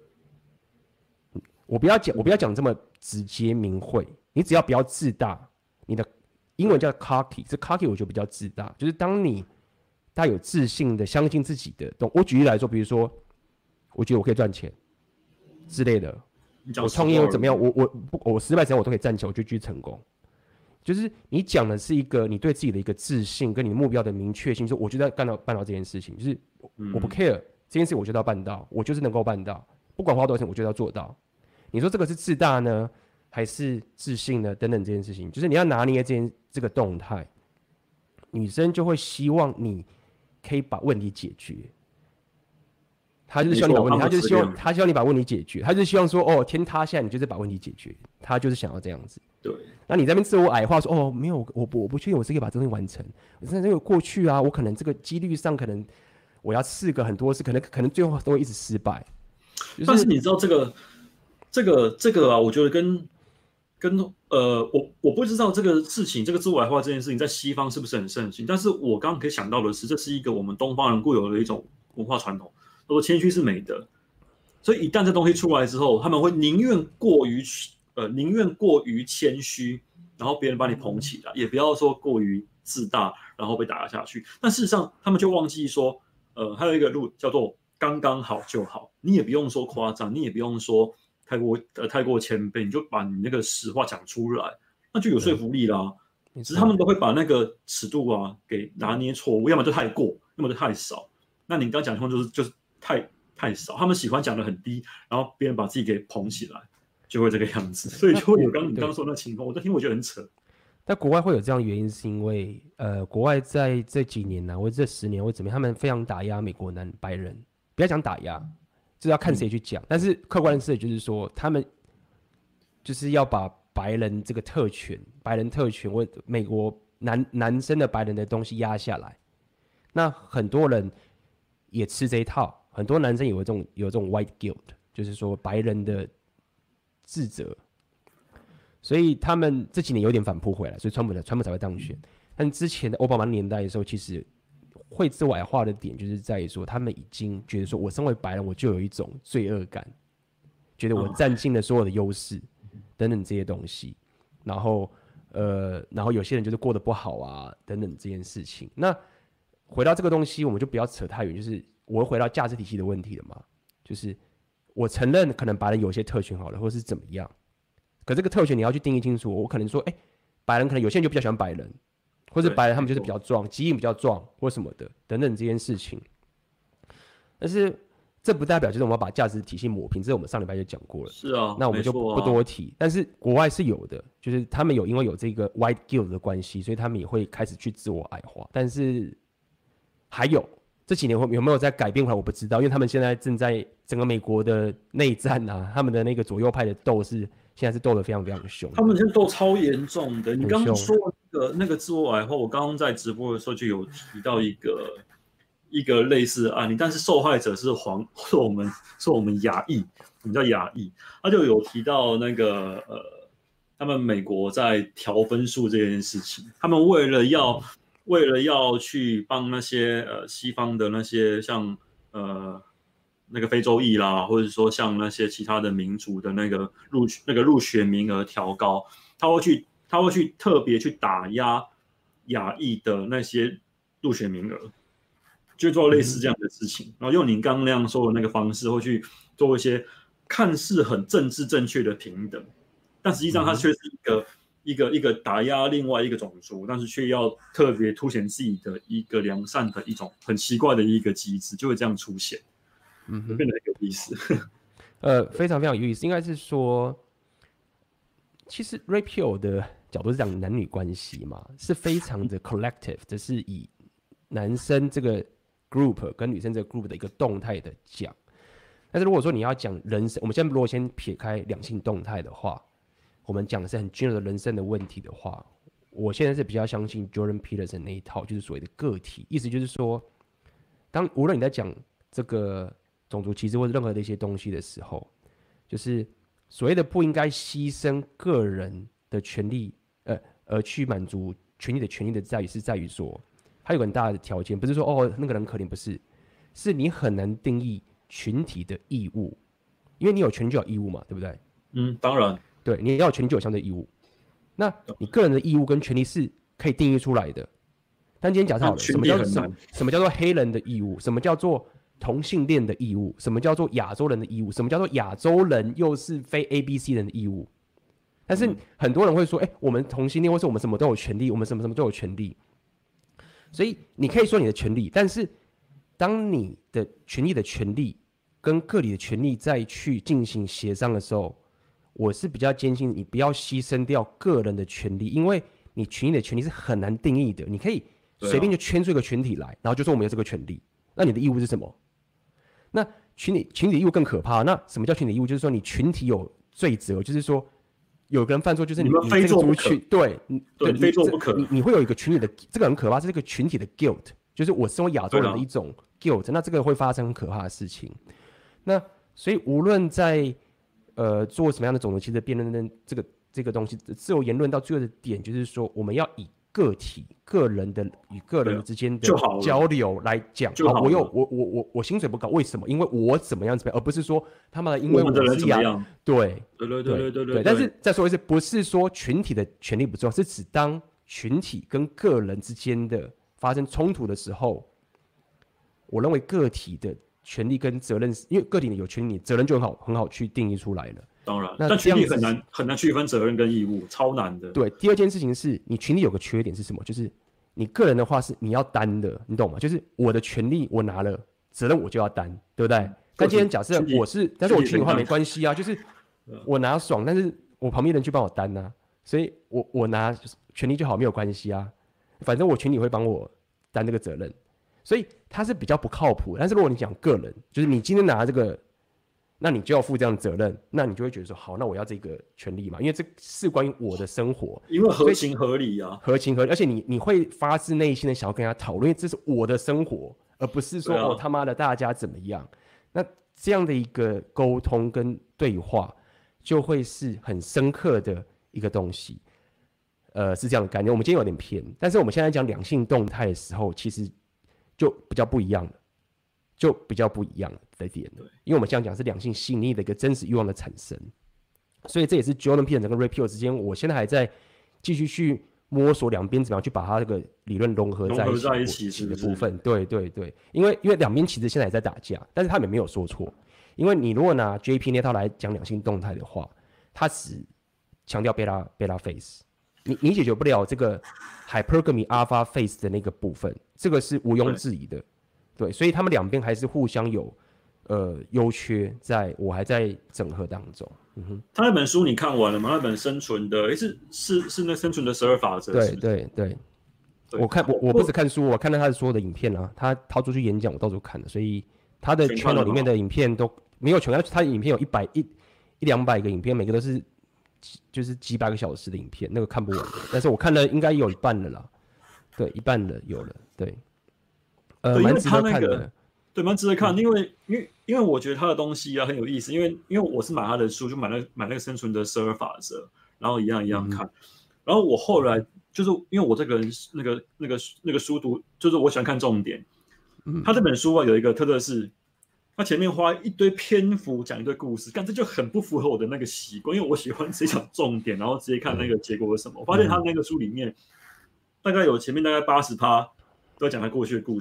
Speaker 1: 我不要讲这么直接明晦，你只要不要自大。你的英文叫 cocky， 这 cocky 我觉得比较自大，就是当你带有自信的相信自己的我举例来说，比如说。我觉得我可以赚钱之类的，我创业又怎么样？我失败怎样我都可以站起来，我就继续成功。就是你讲的是一个你对自己的一个自信，跟你目标的明确性，说我就在办到这件事情，就是我不 care 这件事，我就要办到，我就是能够办到，不管花多少钱，我就要做到。你说这个是自大呢，还是自信呢？等等这件事情，就是你要拿捏这个动态，女生就会希望你可以把问题解决。他就是希望你把问题，他希望你把问题解决，他就是希望说，天塌下来你就是把问题解决，他就是想要这样子。
Speaker 2: 对，
Speaker 1: 那你在那边自我矮化说，没有，我不确定我是可以把这东西完成，甚至过去啊，我可能这个几率上可能我要试个很多次，可能最后都会一直失败。
Speaker 2: 但是你知道这个啊，我觉得我不知道这个事情，这个自我矮化这件事情在西方是不是很盛行？但是我刚刚可以想到的是，这是一个我们东方人固有的一种文化传统。说谦虚是美德，所以一旦这东西出来之后，他们会宁愿过于谦虚，然后别人把你捧起来，也不要说过于自大，然后被打压下去。但事实上，他们就忘记说，还有一个路叫做刚刚好就好。你也不用说夸张，你也不用说太过谦卑，你就把你那个实话讲出来，那就有说服力啦。只是他们都会把那个尺度啊给拿捏错误，要么就太过，要么就太少。那你刚讲的就是太少，他们喜欢讲的很低，然后别人把自己给捧起来，就会这个样子，所以就会有你刚说那情况，我在听我觉得很扯。
Speaker 1: 但国外会有这样的原因，是因为国外在这几年或者这10年或怎么样，他们非常打压美国白人，不要讲打压，就是要看谁去讲。但是客观的事就是说，他们就是要把白人这个特权或美国男生的白人的东西压下来。那很多人也吃这一套，很多男生有这种 white guilt， 就是说白人的自责，所以他们这几年有点反扑回来，所以川普才会当选。但之前的奥巴马年代的时候，其实会自我矮化的点就是在于说，他们已经觉得说我身为白人，我就有一种罪恶感，觉得我占尽了所有的优势等等这些东西，然后有些人就是过得不好啊等等这件事情。那回到这个东西，我们就不要扯太远，就是我回到价值体系的问题了嘛。就是我承认可能白人有些特权好了，或是怎么样，可这个特权你要去定义清楚。我可能说，白人可能有些人就比较喜欢白人，或是白人他们就是比较壮，基因比较壮或什么的等等这件事情。但是这不代表就是我们要把价值体系抹平，这我们上礼拜就讲过了。
Speaker 2: 是啊，
Speaker 1: 那我们就不多提。但是国外是有的，就是他们因为有这个 white guilt 的关系，所以他们也会开始去自我矮化。但是还有这几年有没有在改变回来，我不知道，因为他们现在正在整个美国的内战啊，他们的那个左右派的现在是斗得非常非常凶。
Speaker 2: 他们现在斗超严重的。你刚刚说那个自我矮化，我刚刚在直播的时候就有提到一个类似的案例，但是受害者是我们亚裔，我们叫亚裔，他就有提到那个他们美国在调分数这件事情，他们为了要去帮那些西方的那些像那个非洲裔啦，或者说像那些其他的民族的那个入学名额调高，他会去特别去打压亚裔的那些入学名额。 就做类似这样的事情，然后用你刚刚那样说的那个方式，或去做一些看似很政治正确的平等，但实际上它却是一个打压另外一个种族，但是却要特别凸显自己的一个良善的一种很奇怪的一个机制，就会这样出现，变得很有意思。
Speaker 1: 非常非常有意思，应该是说，其实 Repeal 的角度是讲男女关系嘛，是非常的 collective， 这是以男生这个 group 跟女生这个 group 的一个动态的讲。但是如果说你要讲人生，我们现在如果先撇开两性动态的话，我们讲的是很 general 的人生的问题的话，我现在是比较相信 Jordan Peterson 那一套，就是所谓的个体，意思就是说，无论你在讲这个种族歧视或者任何的一些东西的时候，就是所谓的不应该牺牲个人的权利，而去满足权利的权利的在于说，它有个很大的条件，不是说哦那个人可怜，不是，是你很难定义群体的义务，因为你有权就有义务嘛，对不对？
Speaker 2: 当然，
Speaker 1: 对，你要有权就有相对义务。那你个人的义务跟权利是可以定义出来的。但今天假设好了，什么叫做黑人的义务？什么叫做同性恋的义务？什么叫做亚洲人的义务？什么叫做亚洲人又是非 ABC 人的义务？但是很多人会说，我们同性恋或是我们什么都有权利，我们什么都有权利。所以你可以说你的权利，但是当你的权利跟个体的权利再去进行协商的时候，我是比较坚信你不要牺牲掉个人的权利，因为你群体的权利是很难定义的。你可以随便就圈出一个群体来，然后就说我们有这个权利，那你的义务是什么？那群体的义务更可怕。那什么叫群体义务？就是说你群体有罪责，就是说有个人犯错，就是你
Speaker 2: 非做不可，
Speaker 1: 对，
Speaker 2: 非做不可。
Speaker 1: 你会有一个群体的，这个很可怕，是这个群体的 guilt， 就是我身为亚洲人的一种 guilt，那这个会发生很可怕的事情。那所以无论在做什么样的种族歧视的辩论的这个东西，自由言论到最后的点就是说，我们要以个人的与个人之间的交流来讲。我薪水不高，为什么？因为我怎么样，而不是说他们因为我是亚，对。但是再说一次，不是说群体的权利不重要，是指当群体跟个人之间的发生冲突的时候，我认为个体的权利跟责任，因为个体有权利，责任就很好去定义出来了。
Speaker 2: 当然，但权利很难区分责任跟义务，超难的。
Speaker 1: 对，第二件事情是你权利有个缺点是什么？就是你个人的话是你要担的，你懂吗？就是我的权利我拿了，责任我就要担，对不对？但今天假设但是我权利的话没关系啊，就是我拿爽，但是我旁边人去帮我担啊，所以我拿权利就好，没有关系啊，反正我权利会帮我担这个责任，所以它是比较不靠谱。但是如果你讲个人，就是你今天拿这个。那你就要负这样的责任，那你就会觉得说，好，那我要这个权利嘛，因为这是关于我的生活，
Speaker 2: 因为合情合理啊，
Speaker 1: 合情合理，而且你会发自内心的想要跟他讨论，这是我的生活，而不是说他妈的大家怎么样。那这样的一个沟通跟对话，就会是很深刻的一个东西，是这样的概念。我们今天有点偏，但是我们现在讲两性动态的时候，其实就比较不一样了。的点，因为我们现在讲是两性吸引力的一个真实欲望的产生，所以这也是 Jordan Peterson 跟 Repeal 之间，我现在还在继续去摸索两边怎么样去把它这个理论融合在一起的部分。对，因为两边其实现在也在打架，但是他们也没有说错，因为你如果拿 JP 那套来讲两性动态的话，他只强调贝拉 face， 你解决不了这个 hypergamy alpha face 的那个部分，这个是毋庸置疑的。对，所以他们两边还是互相有优缺，我还在整合当中。
Speaker 2: 他那本书你看完了吗？那本生存的，是那生存的12法则。
Speaker 1: 对，我不止看书，我看到他所有的影片啊，他出去演讲我到处看了，所以他的 channel 里面的影片都没有全看，他的影片有100-200个影片，每个都是就是几百个小时的影片，那个看不完的。但是我看了应该有一半了啦，对，一半的有了，对。蛮值得看的，
Speaker 2: 对，蛮值得看，因为我觉得他的东西啊很有意思，因为我是买他的书，就买那个生存的12法则，然后一样看，然后我后来就是因为我这个人那个书读，就是我喜欢看重点，他这本书啊有一个特色是，他前面花一堆篇幅讲一堆故事，但这就很不符合我的那个习惯，因为我喜欢直接讲重点，然后直接看那个结果是什么。我发现他那个书里面大概有前面大概80%都讲他过去的故事。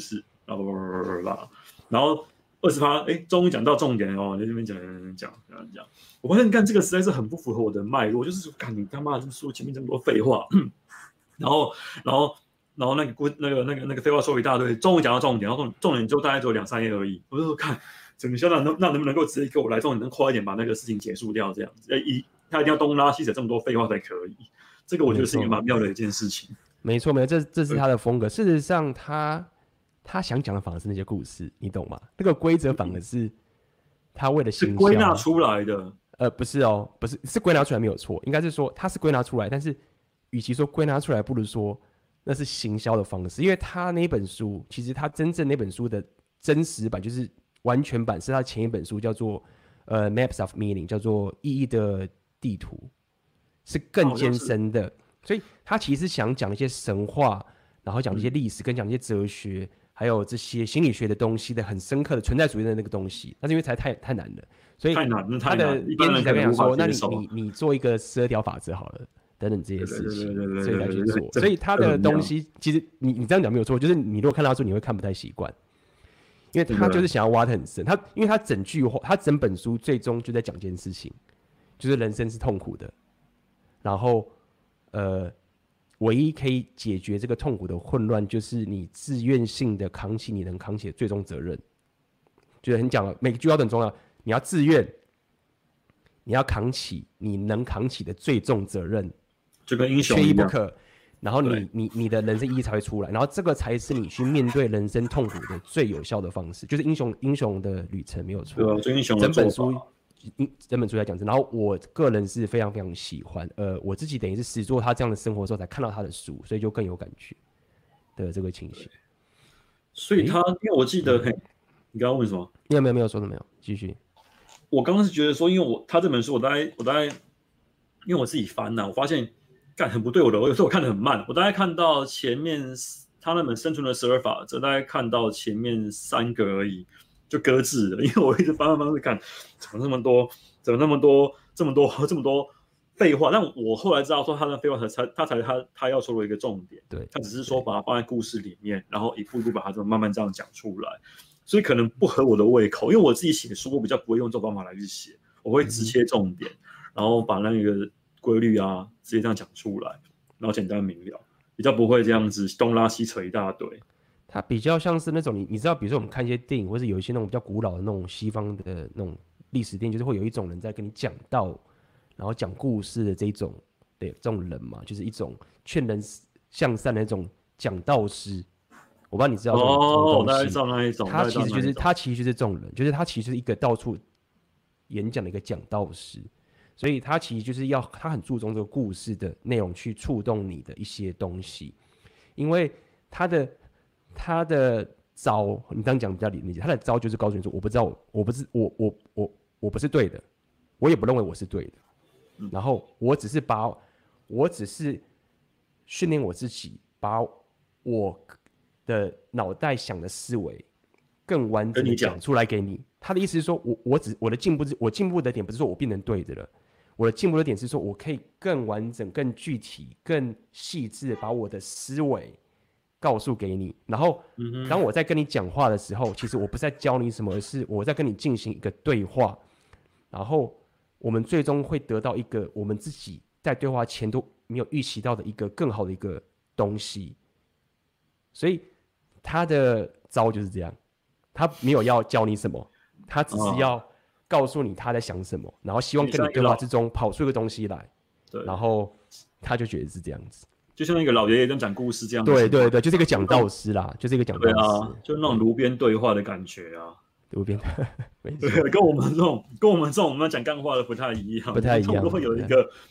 Speaker 2: 然后20%，哎，终于讲到重点哦，在这边讲，我发现你看这个实在是很不符合我的脉络，就是说，看你他妈的说前面这么多废话，然后那个废话说一大堆，终于讲到重点，然后重点就大概只有2-3页而已，我就说看整个校长那能不能够直接给我来重点，能快一点把那个事情结束掉这样子，他一定要东拉西扯这么多废话才可以，这个我觉得是一个蛮妙的一件事情。
Speaker 1: 没错，这是他的风格。事实上他想讲的反而是那些故事，你懂吗？那个规则反而是他为了行销
Speaker 2: 是归纳出来的。
Speaker 1: 不是哦，不是，是归纳出来没有错，应该是说他是归纳出来，但是与其说归纳出来，不如说那是行销的方式，因为他那本书其实他真正那本书的真实版就是完全版是他前一本书叫做Maps of Meaning， 叫做意义的地图，是更艰深的，所以他其实想讲一些神话，然后讲一些历史，跟讲一些哲学，还有这些心理学的东西的很深刻的存在主义的那个东西，但是因为太难了，所以他的编辑才跟他讲说，那你做一个12条法则好了，等等这些事情，所以来去做。所以他的东西其实你这样讲没有错，就是你如果看到书你会看不太习惯，因为他就是想要挖得很深，因为他整本书最终就在讲一件事情，就是人生是痛苦的，然后唯一可以解决这个痛苦的混乱，就是你自愿性的扛起你能扛起的最终责任。就是很讲了，每个句话都很重要，你要自愿，你要扛起你能扛起的最重责任，
Speaker 2: 就跟英雄一样，
Speaker 1: 缺一不可。然后你的人生意义才会出来，然后这个才是你去面对人生痛苦的最有效的方式，就是英雄的旅程没有错。
Speaker 2: 对啊，最英雄
Speaker 1: 的做法。整本书在讲这，然后我个人是非常非常喜欢，我自己等于是实做他这样的生活的时候才看到他的书，所以就更有感觉的这个情形。
Speaker 2: 所以因为我记得，你刚刚问什么？
Speaker 1: 没有说的没有，继续。
Speaker 2: 我刚刚是觉得说，因为他这本书我大概，因为我自己翻我发现干很不对我的，有时候我看得很慢，我大概看到前面他那本生存的12法则，大概看到前面3个而已。就搁置了，因为我一直翻看，怎么那么多这么多废话。但我后来知道说他的废话他要说的一个重点，
Speaker 1: 对，
Speaker 2: 他只是说把它放在故事里面，然后一步一步把它慢慢这样讲出来，所以可能不合我的胃口。因为我自己写书，我比较不会用这种方法来去写，我会直切重点，然后把那个规律啊直接这样讲出来，然后简单明了，比较不会这样子东拉西扯一大堆。
Speaker 1: 它比较像是那种你知道，比如说我们看一些电影，或是有一些那种比较古老的那种西方的那种历史电影，就是会有一种人在跟你讲道，然后讲故事的这种人嘛，就是一种劝人向善的那种讲道师。我不知道你知道这种东西，
Speaker 2: 那一种，
Speaker 1: 他其实就是这种人，就是他其实是一个到处演讲的一个讲道师，所以他其实就是他很注重这个故事的内容去触动你的一些东西，因为他的招，你刚讲比较理解，他的招就是告诉你说，我不知道，我不是对的，我也不认为我是对的，然后我只是训练我自己，把我的脑袋想的思维更完整的讲出来给你。他的意思是说，我进步的点不是说我变成对的了，我的进步的点是说我可以更完整、更具体、更细致的把我的思维告诉给你，然后当我在跟你讲话的时候，其实我不是在教你什么，而是我在跟你进行一个对话，然后我们最终会得到一个我们自己在对话前都没有预期到的一个更好的一个东西。所以他的招就是这样，他没有要教你什么，他只是要告诉你他在想什么，然后希望跟你对话之中跑出一个东西来，然后他就觉得是这样子。就
Speaker 2: 像一个老爷爷跟讲故事这样子，
Speaker 1: 对，就是一个讲道师啦，就是一个讲道师，
Speaker 2: 对啊，就那种炉边对话的感觉啊，
Speaker 1: 炉边，
Speaker 2: 对，跟我们这种我们讲干话的不太一样，都会有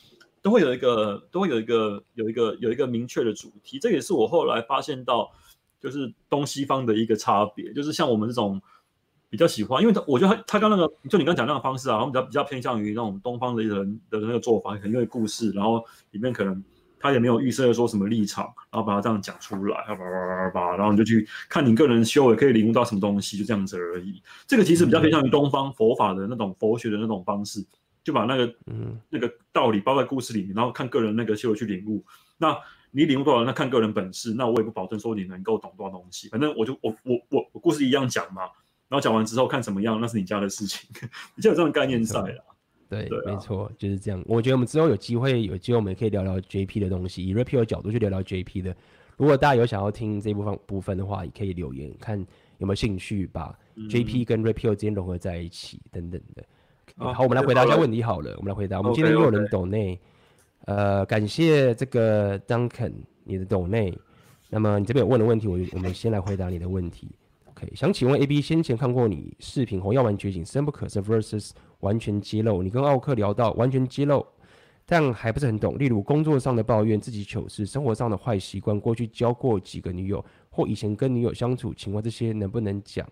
Speaker 2: 一个明确的主题，这也是我后来发现到，就是东西方的一个差别，就是像我们这种比较喜欢，因为我觉得他刚那个，就你刚讲那个方式啊，我们比较偏向于那种东方的人的那个做法，可能因为故事，然后里面可能他也没有预设说什么立场，然后把它这样讲出来，然后你就去看你个人修为可以领悟到什么东西，就这样子而已。这个其实比较偏向于东方佛法的那种佛学的那种方式，就把那个道理包在故事里面，然后看个人那个修为去领悟。那你领悟多少，那看个人本事，那我也不保证说你能够懂多少东西。反正我故事一样讲嘛，然后讲完之后看怎么样，那是你家的事情，你就有这样的概念在啦。
Speaker 1: 对，没错，就是这样。我觉得我们之后有机会我们也可以聊聊 JP 的东西，以 Rapio 的角度去聊聊 JP 的。如果大家有想要听这部分的话，也可以留言看有没有兴趣把 JP 跟 Rapio 之间融合在一起等等的。好，我们来回答一下问题好了。我们来回答，我们今天又有人抖内，感谢这个 Duncan 你的抖内。那么你这边有问的问题，我们先来回答你的问题。OK， 想请问 AB 先前看过你视频《红药丸觉醒：深不可测 vs 完全揭露》，你跟奥克聊到完全揭露，但还不是很懂，例如工作上的抱怨、自己糗事、生活上的坏习惯、过去交过几个女友或以前跟女友相处情况，这些能不能讲？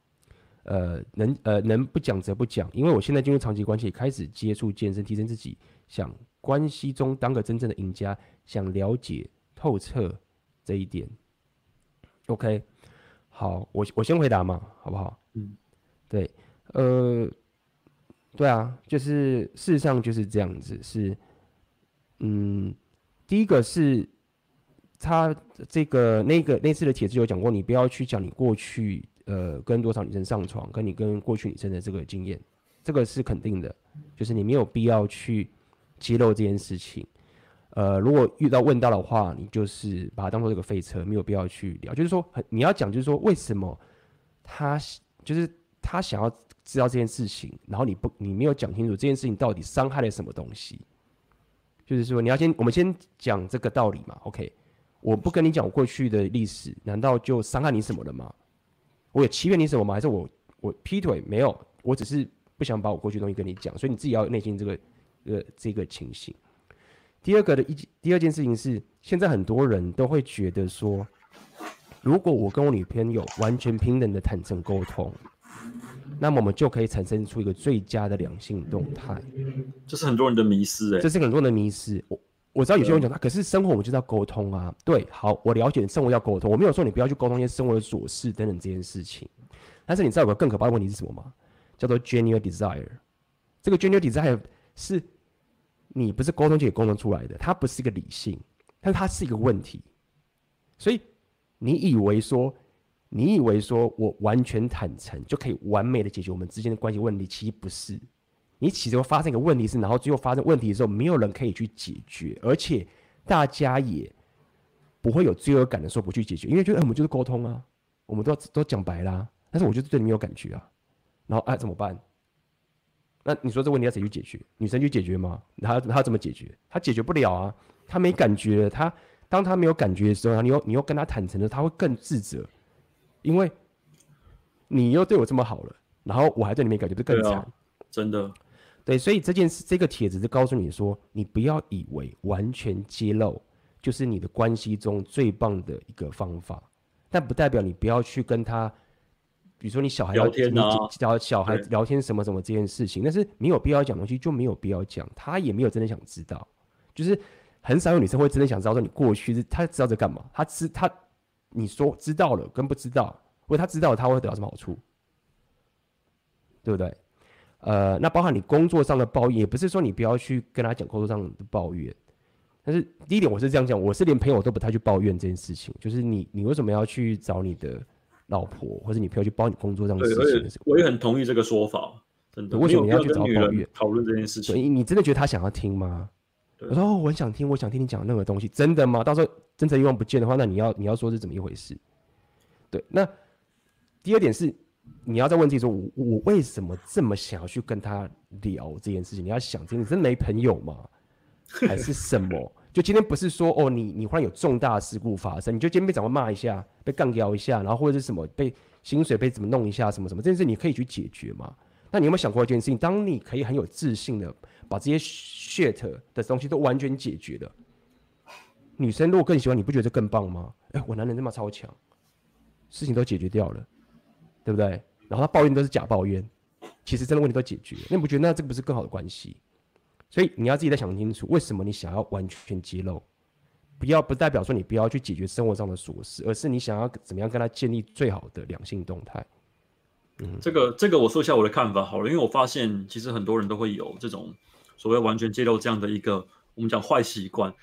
Speaker 1: 能不讲则不讲，因为我现在进入长期关系，开始接触健身，提升自己，想关系中当个真正的赢家，想了解透彻这一点。OK。好，我先回答嘛，好不好？对，对啊，就是事实上就是这样子，是，第一个是他那次的帖子有讲过，你不要去讲你过去跟多少女生上床，跟你跟过去女生的这个经验，这个是肯定的，就是你没有必要去揭露这件事情。如果问到的话，你就是把它当做这个废车，没有必要去聊。就是说，你要讲，就是说为什么他想要知道这件事情，然后你没有讲清楚这件事情到底伤害了什么东西。就是说，我们先讲这个道理嘛。OK， 我不跟你讲我过去的历史，难道就伤害你什么了吗？我有欺骗你什么吗？还是我劈腿？没有，我只是不想把我过去的东西跟你讲，所以你自己要有内心这个情形。第二件事情是，现在很多人都会觉得说，如果我跟我女朋友完全平等的坦诚沟通，那么我们就可以产生出一个最佳的两性动态。
Speaker 2: 这是很多人的迷思，
Speaker 1: 这是很多人的迷思。我知道有些人讲，可是生活我们就是要沟通啊。对，好，我了解生活要沟通，我没有说你不要去沟通一些生活的琐事等等这件事情。但是你知道有个更可怕的问题是什么吗？叫做 genuine desire。这个 genuine desire 是你不是沟通就可以沟通出来的，它不是一个理性，但是它是一个问题。所以你以为说我完全坦诚就可以完美的解决我们之间的关系问题，其实不是。你其实会发生一个问题是，然后最后发生问题的时候，没有人可以去解决，而且大家也不会有罪恶感的说不去解决，因为觉得我们就是沟通啊，我们都讲白啦，但是我就是对你没有感觉啊，然后怎么办？那你说这问题要谁去解决？女生去解决吗？她怎么解决？她解决不了啊，她没感觉，当她没有感觉的时候，你又跟她坦诚的，她会更自责，因为你又对我这么好了，然后我还对你没感觉，不是更惨？
Speaker 2: 真的。
Speaker 1: 对，所以这个帖子是告诉你说，你不要以为完全揭露就是你的关系中最棒的一个方法，但不代表你不要去跟他。比如说你小孩
Speaker 2: 聊天啊，
Speaker 1: 小孩聊天什么什么这件事情，但是没有必要讲东西就没有必要讲，他也没有真的想知道，就是很少有女生会真的想知道说你过去他知道在干嘛，你说知道了跟不知道，或者他知道了他会得到什么好处，对不对？那包含你工作上的抱怨，也不是说你不要去跟他讲工作上的抱怨，但是第一点我是这样讲，我是连朋友都不太去抱怨这件事情，就是你为什么要去找你的老婆或者你朋友去帮你工作上的事情的时候，
Speaker 2: 我也很同意这个说法，真的。
Speaker 1: 为什么你要去找抱怨
Speaker 2: 讨论这件事情？
Speaker 1: 你真的觉得他想要听吗？我说我很想听，我想听你讲任何东西，真的吗？到时候真诚欲望不见的话，那你要说是怎么一回事？对，那第二点是你要再问自己说，我为什么这么想要去跟他聊这件事情？你要想，你真的没朋友吗？还是什么？就今天不是说你忽然有重大事故发生，你就今天被长官骂一下，被干掉一下，然后或者是什么被薪水被怎么弄一下，什么什么，这件事你可以去解决吗？那你有没有想过一件事情？当你可以很有自信的把这些 shit 的东西都完全解决了，女生如果更喜欢你，不觉得这更棒吗？我男人他妈超强，事情都解决掉了，对不对？然后他抱怨都是假抱怨，其实真的问题都解决了，那你不觉得那这个不是更好的关系？所以你要自己再想清楚，为什么你想要完全揭露？不代表说你不要去解决生活上的琐事，而是你想要怎么样跟他建立最好的两性动态。
Speaker 2: 这个我说一下我的看法好了，因为我发现其实很多人都会有这种所谓完全揭露这样的一个我们讲坏习惯。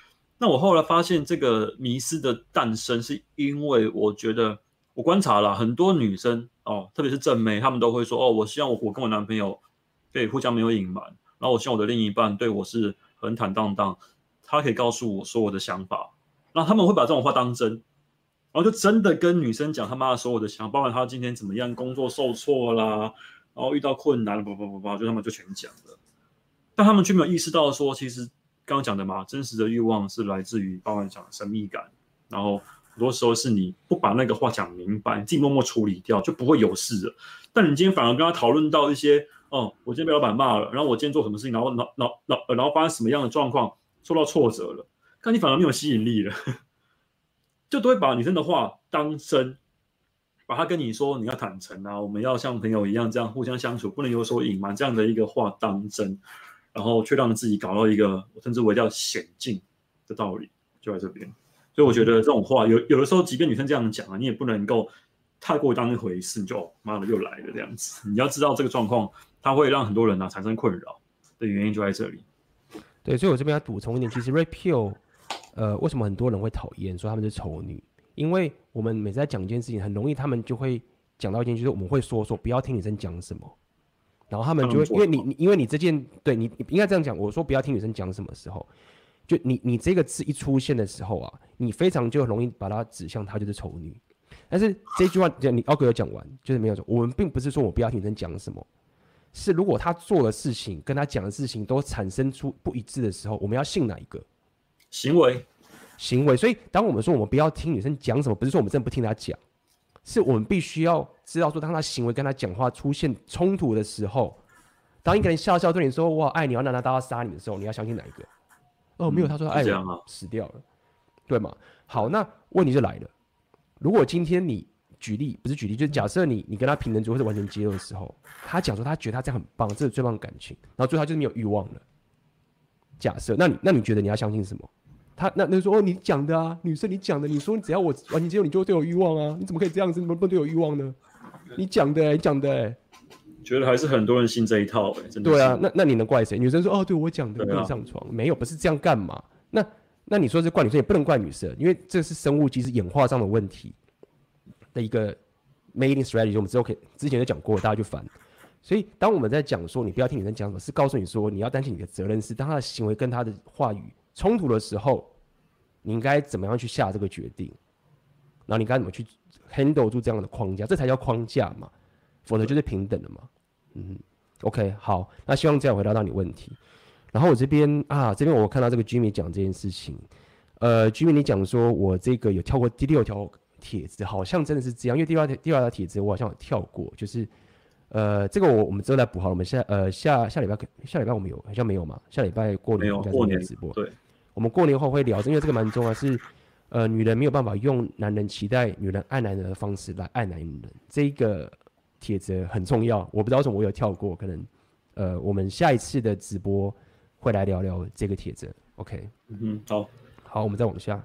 Speaker 2: 那我后来发现这个迷思的诞生，是因为我觉得我观察了很多女生哦，特别是正妹，她们都会说哦，我希望我跟我男朋友可以互相没有隐瞒，然后我希望我的另一半对我是很坦荡荡，他可以告诉我说我的想法，然后他们会把这种话当真。然后就真的跟女生讲他妈的所有的想法，包括他今天怎么样，工作受挫啦，然后遇到困难，就他们就全讲了。但他们却没有意识到说，其实刚刚讲的嘛，真实的欲望是来自于包含讲神秘感，然后很多时候是你不把那个话讲明白，你自己默默处理掉，就不会有事了。但你今天反而跟他讨论到一些，哦，我今天被老板骂了，然后我今天做什么事情，然后发生什么样的状况，受到挫折了，但你反而没有吸引力了。就都会把女生的话当真，把她跟你说你要坦诚啊，我们要像朋友一样这样互相相处，不能有所隐瞒这样的一个话当真，然后却让自己搞到一个我称之为叫险境的道理，就在这边。所以我觉得这种话有的时候，即便女生这样讲啊，你也不能够太过当一回事，你就妈的又来了这样子。你要知道这个状况，它会让很多人啊产生困扰的原因就在这里。
Speaker 1: 对，所以我这边要补充一点，其实 Rapio。为什么很多人会讨厌说他们是丑女？因为我们每次在讲一件事情，很容易他们就会讲到一件，就是我们会说不要听女生讲什么，然后他们就会因为你这件对你应该这样讲，我说不要听女生讲什么时候，就你这个字一出现的时候啊，你非常就容易把它指向她就是丑女。但是这句话你奥哥有讲完，就是没有说，我们并不是说我不要听女生讲什么，是如果她做的事情跟她讲的事情都产生出不一致的时候，我们要信哪一个？
Speaker 2: 行为，
Speaker 1: 所以当我们说我们不要听女生讲什么，不是说我们真的不听她讲，是我们必须要知道说，当她行为跟她讲话出现冲突的时候，当一个人笑笑对你说我好爱你，要拿刀杀你的时候，你要相信哪一个？哦，没有，他说他爱我，死掉了，对吗？好，那问题就来了，如果今天你不是举例，就是假设你跟他平等主或者完全接受的时候，他讲说他觉得他这样很棒，这是最棒的感情，然后最后他就是没有欲望了。假设，那你觉得你要相信什么？那就说你讲的啊，女生你讲的，你说只要我完全接受，你就会对我欲望啊，你怎么可以这样子？你怎么不对我欲望呢？你讲的
Speaker 2: 觉得还是很多人信这一套真的。
Speaker 1: 对啊，那你能怪谁？女生说哦，对我讲的不能上床，没有，不是这样干嘛？那你说是怪女生，也不能怪女生，因为这是生物机制演化上的问题的一个 mating strategy， 我们之前就讲过，大家就烦。所以当我们在讲说你不要听女生讲什么，是告诉你说你要担心你的责任是，当她的行为跟她的话语冲突的时候，你应该怎么样去下这个决定，然后你该怎么去 handle 住这样的框架，这才叫框架嘛，否则就是平等的嘛。OK， 好，那希望这样回答到你问题。然后我这边我看到这个 Jimmy 讲这件事情，Jimmy 你讲说我这个有跳过第6条帖子，好像真的是这样，因为第2条帖子我好像有跳过，就是这个我们之后再补好了，我们下礼拜我们有好像没有嘛？下礼拜过年应该是没有直播，
Speaker 2: 对，
Speaker 1: 我们过年后会聊，因为这个蛮重要，是女人没有办法用男人期待女人爱男人的方式来爱男人，这个帖子很重要，我不知道为什么我有跳过，可能我们下一次的直播会来聊聊这个帖子 ，OK？ 好，我们再往下。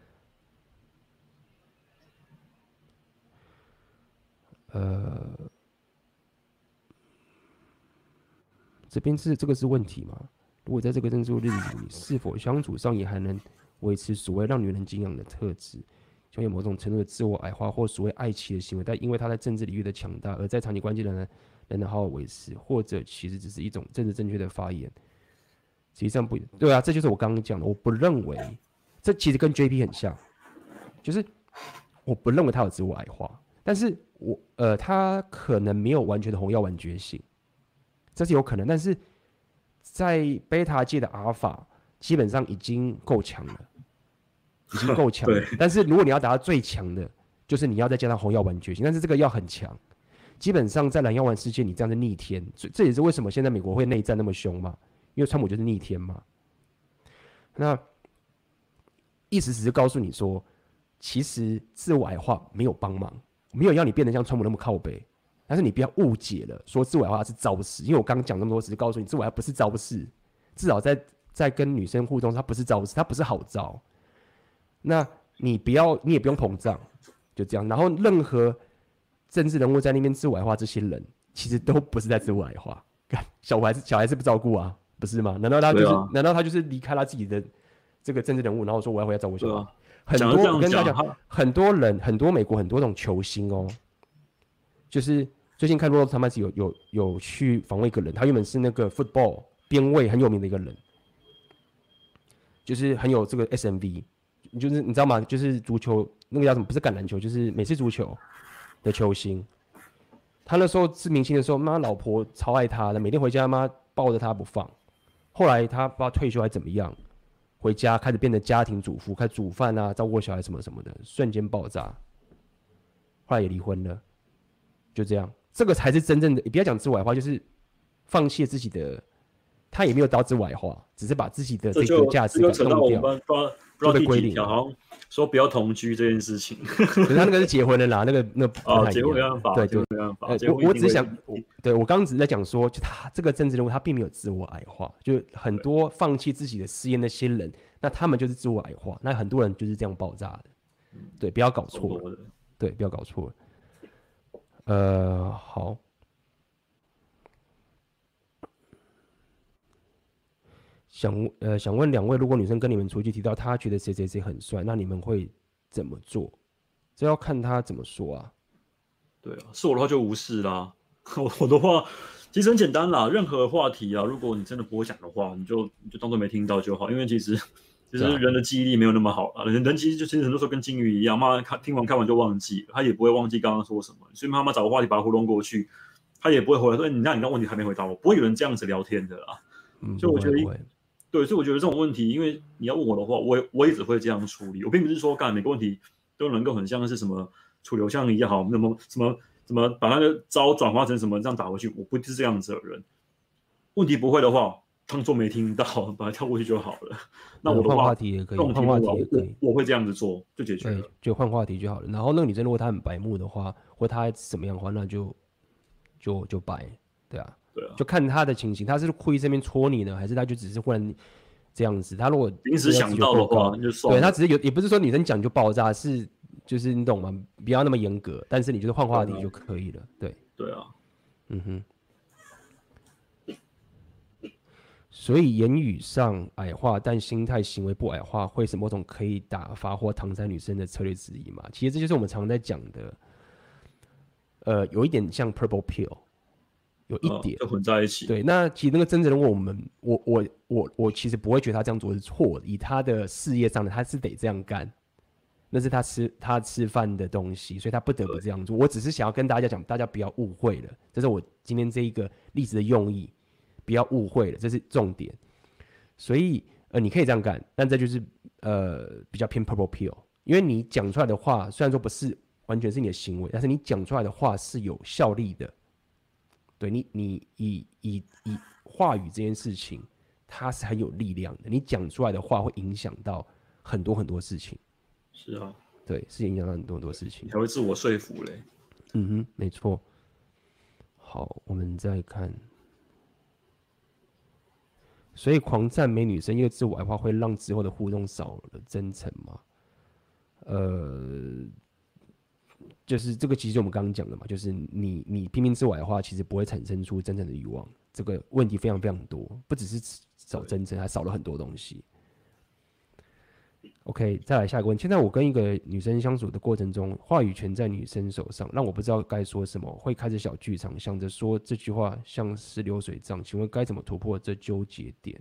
Speaker 1: 这边这个是问题吗？如果在这个政治日子里，是否相处上也还能维持所谓让女人敬仰的特质，就有某种程度的自我矮化或所谓爱妻的行为，但因为他在政治领域的强大，而在长期关系仍能好好维持，或者其实只是一种政治正确的发言，实际上不对啊，这就是我刚刚讲的，我不认为这其实跟 JP 很像，就是我不认为他有自我矮化，但是他可能没有完全的红药丸觉醒。这是有可能，但是在贝塔界的阿尔法基本上已经够强了，已经够强了。但是如果你要达到最强的，就是你要再加上红药丸觉醒，但是这个要很强。基本上在蓝药丸世界，你这样是逆天，这也是为什么现在美国会内战那么凶嘛，因为川普就是逆天嘛。那意思只是告诉你说，其实自我矮化没有帮忙，没有要你变得像川普那么靠北。但是你不要误解了，说自我矮化是招式，因为我刚刚讲那么多，只是告诉你自我矮化不是招式，至少在跟女生互动，它不是招式，它不是好招。那你也不用膨胀，就这样。然后任何政治人物在那边自我矮化，这些人其实都不是在自我矮化，小孩是不照顾啊，不是吗？难道他就是离开他自己这个政治人物，然后说我要回家照顾小孩。
Speaker 2: 很
Speaker 1: 多我跟大家讲，很多人，很多美国很多种球星哦，就是最近看罗他们有去访问一个人，他原本是那个 football 边卫很有名的一个人，就是很有这个 SMV， 就是你知道吗？就是足球那个叫什么？不是橄榄球，就是美式足球的球星。他那时候是明星的时候，妈老婆超爱他的，每天回家妈抱着他不放。后来他不知道退休还怎么样。回家开始变成家庭主妇，开始煮饭啊，照顾小孩什么什么的，瞬间爆炸。后来也离婚了，就这样。这个才是真正的，你不要讲自我矮化，就是放弃自己的。他也没有导致矮化，只是把自己的这个价值感弄掉。
Speaker 2: 不知道第几条，好像说不要同居这件事情。
Speaker 1: 可是他那个是结婚了啦，那
Speaker 2: 结婚没办法，对，没办法。
Speaker 1: 我只是想，对我刚刚只是在讲说，就他这个政治人物，他并没有自我矮化，就很多放弃自己的事业那些人，那他们就是自我矮化，那很多人就是这样爆炸的，对，不要搞错了，对，不要搞错了。好。想问两位，如果女生跟你们出去提到她觉得谁谁谁很帅，那你们会怎么做？这要看她怎么说啊。
Speaker 2: 对啊，是我的话就无视啦。我的话其实很简单啦，任何话题啊，如果你真的不会讲的话，你就当做没听到就好。因为其实人的记忆力没有那么好啦，人其实很多时候跟金鱼一样，妈听完看完就忘记了，他也不会忘记刚刚说什么，所以妈妈找个话题把他糊弄过去，他也不会回来说，你那问题还没回答我，不会有人这样子聊天的啦。所以我觉得对，所以我觉得这种问题，因为你要问我的话，我也只会这样处理。我并不是说每个问题都能够很像是什么楚留香一样，好，什么把那个招转化成什么这样打回去，我不是这样子的人。问题不会的话，当做没听到，把它跳过去就好了。那我的
Speaker 1: 换话题也可以，换话题也可以，
Speaker 2: 我会这样子做就解决了。
Speaker 1: 对，就换话题就好了。然后那个女生如果她很白目的话，或她怎么样的话，那就白，对啊。
Speaker 2: 对啊，
Speaker 1: 就看他的情形，他是故意这边戳你呢，还是他就只是忽然这样子？他如果
Speaker 2: 临时想到的话，就算了。
Speaker 1: 对，他只是也不是说女生讲就爆炸，就是你懂吗？不要那么严格，但是你就是换话题就可以了。对，
Speaker 2: 对啊，
Speaker 1: 所以言语上矮化，但心态行为不矮化，会是某种可以打发或搪塞女生的策略之一嘛？其实这就是我们常在讲的，有一点像 purple pill。有一点
Speaker 2: 就混在一起。
Speaker 1: 对，那其实那个真正的我其实不会觉得他这样做是错的，以他的事业上的他是得这样干，那是他吃饭的东西，所以他不得不这样做。我只是想要跟大家讲，大家不要误会了，这是我今天这一个例子的用意，不要误会了，这是重点。所以你可以这样干，但这就是比较偏 purple pill， 因为你讲出来的话虽然说不是完全是你的行为，但是你讲出来的话是有效力的。对你以话语这件事情，它是很有力量的。你讲出来的话会影响到很多很多事情。
Speaker 2: 是啊，
Speaker 1: 对，是影响到很多很多事情。
Speaker 2: 还会自我说服嘞。
Speaker 1: 没错。好，我们再看。所以狂赞美女生因为自我矮化，会让之后的互动少了真诚吗？就是这个，其实我们刚刚讲的嘛，就是你拼命自我矮化，其实不会产生出真正的欲望。这个问题非常非常多，不只是少真诚，还少了很多东西。OK， 再来下一个问题。现在我跟一个女生相处的过程中，话语权在女生手上，让我不知道该说什么，会开始小剧场，想着说这句话像是流水账，请问该怎么突破这纠结点？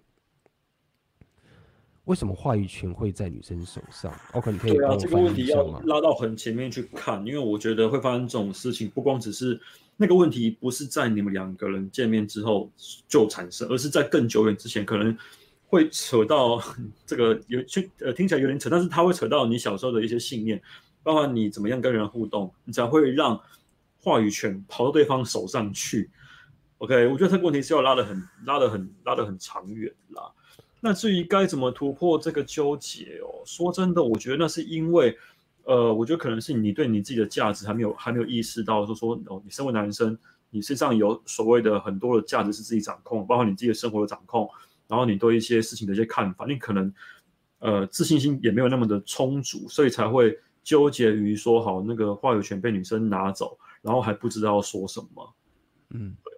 Speaker 1: 为什么话语权会在女生手上？你可以帮我翻译一下吗？
Speaker 2: 这个问题要拉到很前面去看，因为我觉得会发生这种事情，不光只是那个问题，不是在你们两个人见面之后就产生，而是在更久远之前，可能会扯到这个听起来有点扯，但是它会扯到你小时候的一些信念，包括你怎么样跟人互动，你才会让话语权跑到对方手上去。OK， 我觉得这个问题是要拉得很长远啦。那至于该怎么突破这个纠结哦，说真的，我觉得那是因为，我觉得可能是你对你自己的价值还没有意识到，说你身为男生，你身上有所谓的很多的价值是自己掌控，包括你自己的生活的掌控，然后你对一些事情的一些看法，你可能自信心也没有那么的充足，所以才会纠结于说好那个话语权被女生拿走，然后还不知道说什么。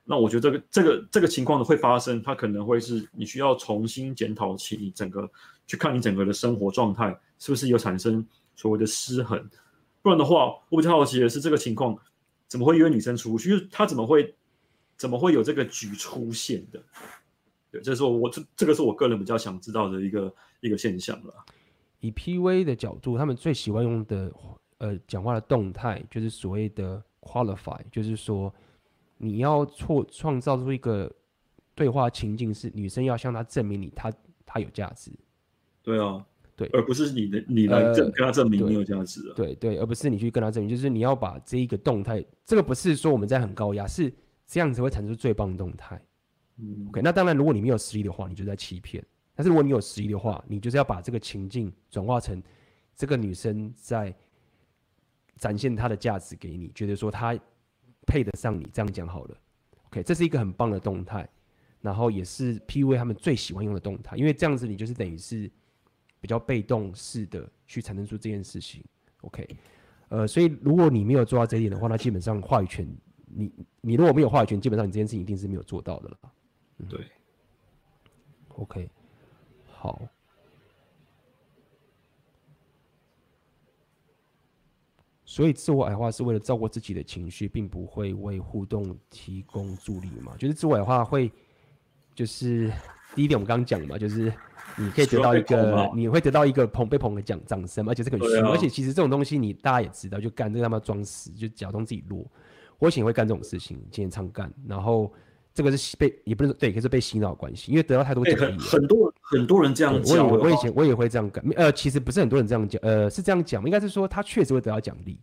Speaker 2: 那我觉得这个情况的会发生，它可能会是你需要重新检讨起你去看你整个的生活状态是不是有产生所谓的失衡，不然的话，我比较好奇的是这个情况怎么会约女生出去，就是他怎么会有这个局出现的？对，这个是我个人比较想知道的一个现象了。
Speaker 1: 以 PUA 的角度，他们最喜欢用的讲话的动态就是所谓的 qualify， 就是说你要创造出一个对话情境，是女生要向他证明他有价值。
Speaker 2: 对啊，
Speaker 1: 对，
Speaker 2: 而不是你来跟他证明你有价值啊。
Speaker 1: 对，而不是你去跟他证明，就是你要把这一个动态，这个不是说我们在很高压，是这样子会产生最棒的动态。OK， 那当然，如果你没有实力的话，你就在欺骗。但是如果你有实力的话，你就是要把这个情境转化成这个女生在展现她的价值给你，觉得说她配得上你，这样讲好了。OK， 这是一个很棒的动态，然后也是 PUA 他们最喜欢用的动态，因为这样子你就是等于是比较被动式的去产生出这件事情。OK， 所以如果你没有做到这一点的话，那基本上话语权，你如果没有话语权，基本上你这件事情一定是没有做到的了。
Speaker 2: 对
Speaker 1: ，OK， 好。所以自我矮化是为了照顾自己的情绪，并不会为互动提供助力嘛？就是自我矮化会，就是第一点我们刚刚讲嘛，就是你可以得到一个，你会得到一个被捧的掌声，而且是很虚，而且其实这种东西大家也知道，就干这个他妈装死，就假装自己弱。我以前会干这种事情，今天常干，然后这个是也不能对，可是被洗脑的关系，因为得到太多奖励了。
Speaker 2: 很多人这样讲，
Speaker 1: 我也会这样干。其实不是很多人这样讲，是这样讲，应该是说他确实会得到奖励。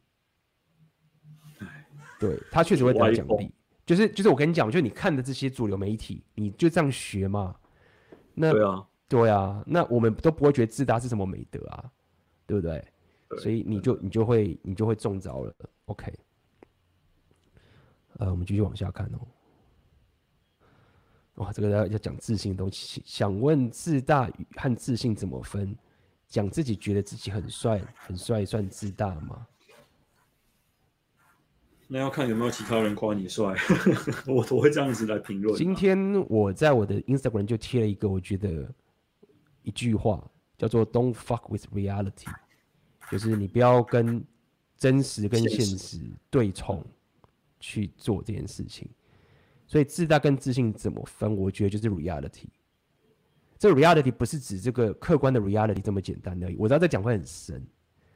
Speaker 1: 对，他确实会得到奖励。就是我跟你讲，就是你看的这些主流媒体，你就这样学嘛。那对啊，那我们都不会觉得自大是什么美德啊，对不对？所以你就会中招了。OK， 我们继续往下看哦。哇，这个要讲自信的东西，想问自大和自信怎么分？讲自己觉得自己很帅算自大吗？
Speaker 2: 那要看有没有其他人夸你帅，我会这样子来评论。
Speaker 1: 今天我在我的 Instagram 就贴了一个，我觉得一句话叫做 "Don't fuck with reality"， 就是你不要跟真实跟现实对冲去做这件事情。所以自大跟自信怎么分？我觉得就是 reality。这个 reality 不是指这个客观的 reality 这么简单而已。我知道这讲会很深，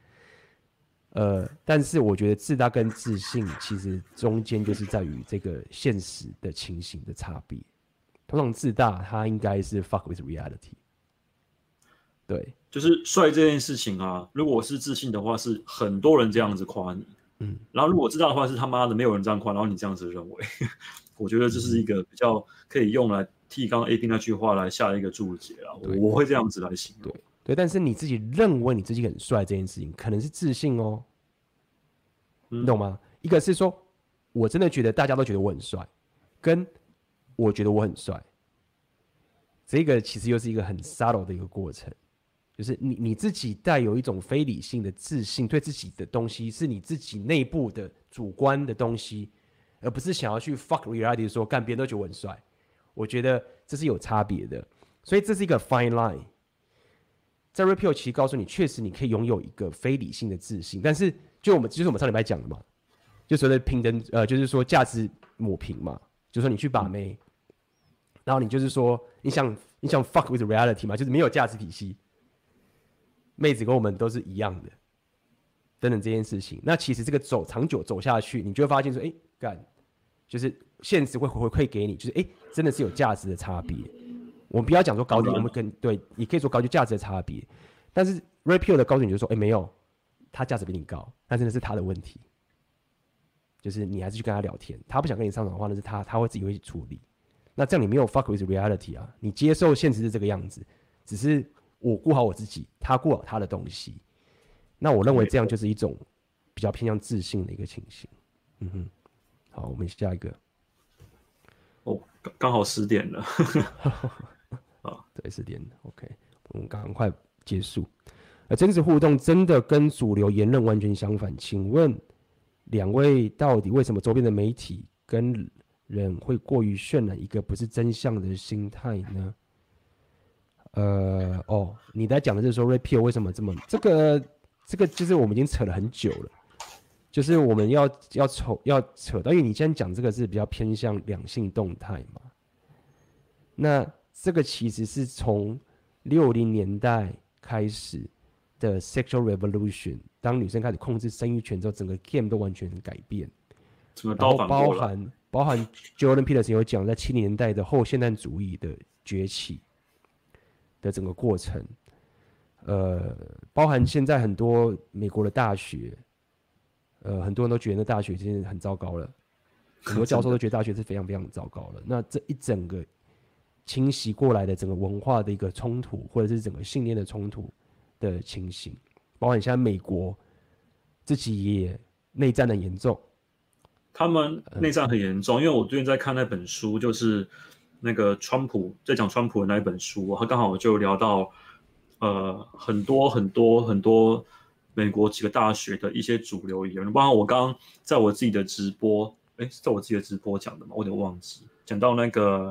Speaker 1: 但是我觉得自大跟自信其实中间就是在于这个现实的情形的差别。通常自大它应该是 fuck with reality。对，
Speaker 2: 就是帅这件事情啊，如果是自信的话，是很多人这样子夸你，然后如果自大的话，是他妈的没有人这样夸，然后你这样子认为。我觉得这是一个比较可以用来替刚刚 A B 那句话来下一个注解啊，我会这样子来形容。
Speaker 1: 对，但是你自己认为你自己很帅这件事情，可能是自信哦，你懂吗？一个是说我真的觉得大家都觉得我很帅，跟我觉得我很帅，这个其实又是一个很 subtle 的一个过程，就是你自己带有一种非理性的自信，对自己的东西是你自己内部的主观的东西。而不是想要去 fuck reality 说干别人都觉得我很帅，我觉得这是有差别的，所以这是一个 fine line。在 Rapio 其实告诉你，确实你可以拥有一个非理性的自信，但是就是我们上礼拜讲的嘛，就所谓的平等，就是说价值抹平嘛，就是说你去把妹，然后你就是说你想 fuck with reality 嘛，就是没有价值体系，妹子跟我们都是一样的，等等这件事情，那其实这个长久走下去，你就会发现说，干，就是现实会回馈给你，就是真的是有价值的差别。我们不要讲说高低，我们对，你可以说高低价值的差别，但是 Rapio 的高低你就说，没有，他价值比你高，那真的是他的问题。就是你还是去跟他聊天，他不想跟你上床的话，那是他会自己会去处理。那这样你没有 fuck with reality 啊，你接受现实是这个样子，只是我顾好我自己，他顾好他的东西。那我认为这样就是一种比较偏向自信的一个情形。好，我们下一个。
Speaker 2: 刚好10点了。
Speaker 1: 对，10点 ，OK， 我们赶快结束。真实互动真的跟主流言论完全相反，请问2位到底为什么周边的媒体跟人会过于渲染一个不是真相的心态呢？你在讲的是说 repeal 为什么这么这个就是我们已经扯了很久了，就是我们要扯到，因为你现在讲这个是比较偏向两性动态嘛，那这个其实是从60年代开始的 sexual revolution， 当女生开始控制生育权之后，整个 game 都完全改变，
Speaker 2: 然后
Speaker 1: 包含 Jordan Peterson 有讲在70年代的后现代主义的崛起的整个过程，包含现在很多美国的大学，很多人都觉得那大学真的很糟糕了，很多教授都觉得大学是非常非常糟糕了。那这一整个侵袭过来的整个文化的一个冲突，或者是整个信念的冲突的情形，包含现在美国自己也内战很严重。
Speaker 2: 他们内战很严重，因为我最近在看那本书，就是那个川普在讲川普的那一本书，他刚好就聊到很多美国几个大学的一些主流言论，包括我刚刚在我自己的直播，在我自己的直播讲的嘛，我有点忘记讲到那个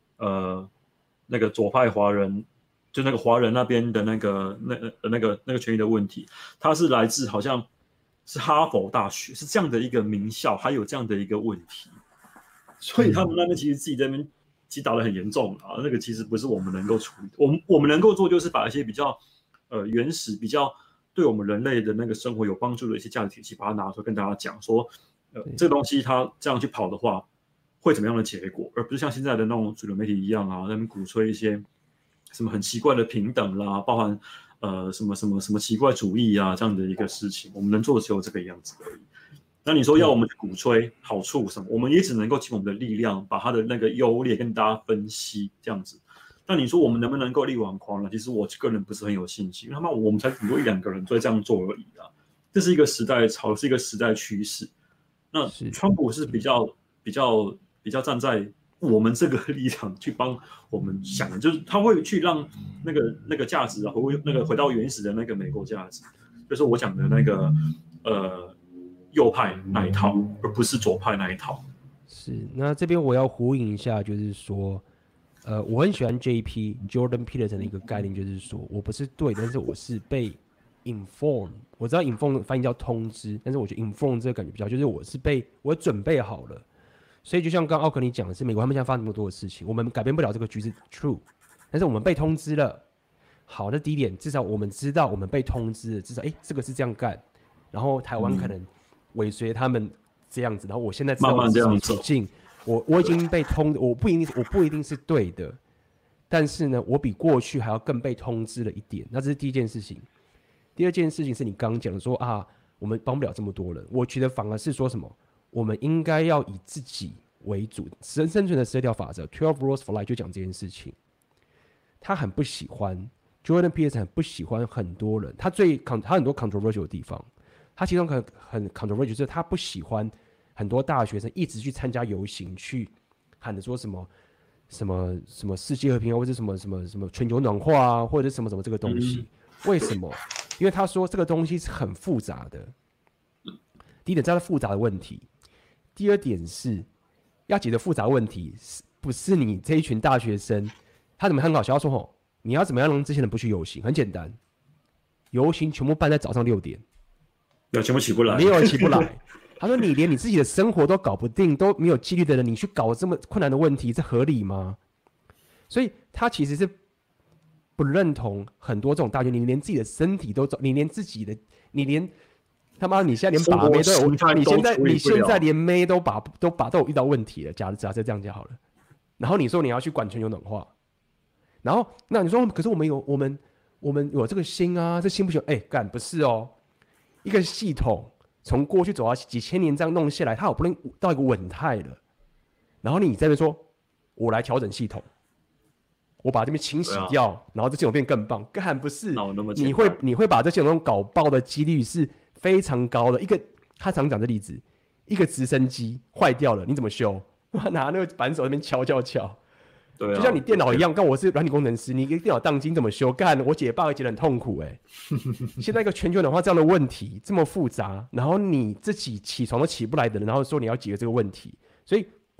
Speaker 2: 左派华人，就那个华人那边的那个权益的问题，它是来自好像是哈佛大学，是这样的一个名校，还有这样的一个问题，所以他们那边其实自己在那边其实打得很严重啊，那个其实不是我们能够处理的，我们能够做就是把一些比较原始、比较对我们人类的那个生活有帮助的一些价值体系，把它拿出来跟大家讲说，这个东西它这样去跑的话，会怎么样的结果，而不是像现在的那种主流媒体一样啊，在那边鼓吹一些什么很奇怪的平等啦，包含什么奇怪主义啊这样的一个事情，我们能做的只有这个样子而已。那你说要我们去鼓吹好处什么，我们也只能够尽我们的力量，把它的那个优劣跟大家分析这样子。那你说我们能不能够力挽狂澜？其实我个人不是很有信心，因为他妈我们才顶多1-2个人在这样做而已啊。这是一个时代潮，是一个时代趋势。那川普是比较站在我们这个立场去帮我们想的，就是他会去让那个价值啊，回到原始的那个美国价值，就是我讲的那个右派那一套，而不是左派那一套。
Speaker 1: 是，那这边我要呼应一下，就是说，我很喜欢 Jordan Peterson 的一个概念，就是说我不是对，但是我是被 inform。我知道 inform 翻译叫通知，但是我觉得 inform 这个感觉比较，就是我准备好了。所以就像刚奥克尼讲的是，美国他们现在发生那么多的事情，我们改变不了这个局势 true， 但是我们被通知了。好，那第一点，至少我们知道我们被通知了，至少这个是这样干，然后台湾可能尾随他们这样子，然后我现在知道
Speaker 2: 慢慢这样走，
Speaker 1: 我已经被通，我不一定是对的，但是呢，我比过去还要更被通知了一点。那这是第一件事情。第二件事情是你刚刚讲的说啊，我们帮不了这么多人，我觉得反而是说什么，我们应该要以自己为主。生存的12条法则 12 Rules for Life 就讲这件事情。他很不喜欢 Jordan Peterson 很不喜欢很多人，他很多 controversial 的地方，他其中很 controversial 就是他不喜欢很多大学生一直去参加游行，去喊着说什么世界和平啊，或者什么全球暖化啊，或者是什么这个东西。为什么？因为他说这个东西是很复杂的。第一点，这是复杂的问题；第二点是要解决复杂问题，不是你这一群大学生，他怎么很搞笑？他说你要怎么样让这些人不去游行？很简单，游行全部办在早上6点，
Speaker 2: 全部起不来，
Speaker 1: 没有人起不来。他说你连你自己的生活都搞不定，都没有纪律的人，你去搞这么困难的问题，这合理吗？所以他其实是不认同很多这种大学，你连自己的身体都你连自己的，你连他妈你现在连把妹都有，你现在连妹都有遇到问题了。假设这样讲好了，然后你说你要去管全球暖化，然后那你说可是我们有这个心啊，这心不行？干不是哦，一个系统从过去走到几千年这样弄下来，它好不容易到一个稳态了，然后你在那边说我来调整系统。我把这边清洗掉，然后这系统变更棒，干不是？你会把这系统搞爆的几率是非常高的。他常讲的例子，一个直升机坏掉了，你怎么修？拿那个扳手那边敲。对啊，就像你电脑一样，干我是软体工程师，你一个电脑宕机怎么修？干我解 bug 解得很痛苦现在一个全球暖化这样的问题这么复杂，然后你自己起床都起不来的人，然后说你要解决这个问题，所以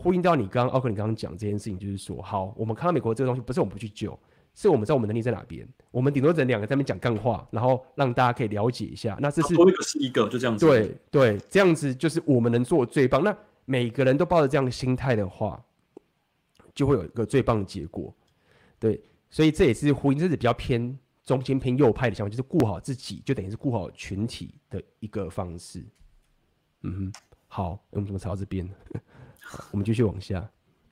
Speaker 1: 呼应到你刚刚讲这件事情，就是说，好，我们看到美国这个东西，不是我们不去救，是我们知道我们能力在哪边，我们顶多人两个在那边讲干话，然后让大家可以了解一下。那这是
Speaker 2: 多一个是一个，就这样子。
Speaker 1: 对，这样子就是我们能做的最棒。那每个人都抱着这样的心态的话，就会有一个最棒的结果。对，所以这也是呼应，这是比较偏中间偏右派的想法，就是顾好自己，就等于是顾好群体的一个方式。好，我们怎么查到这边？我们继续往下。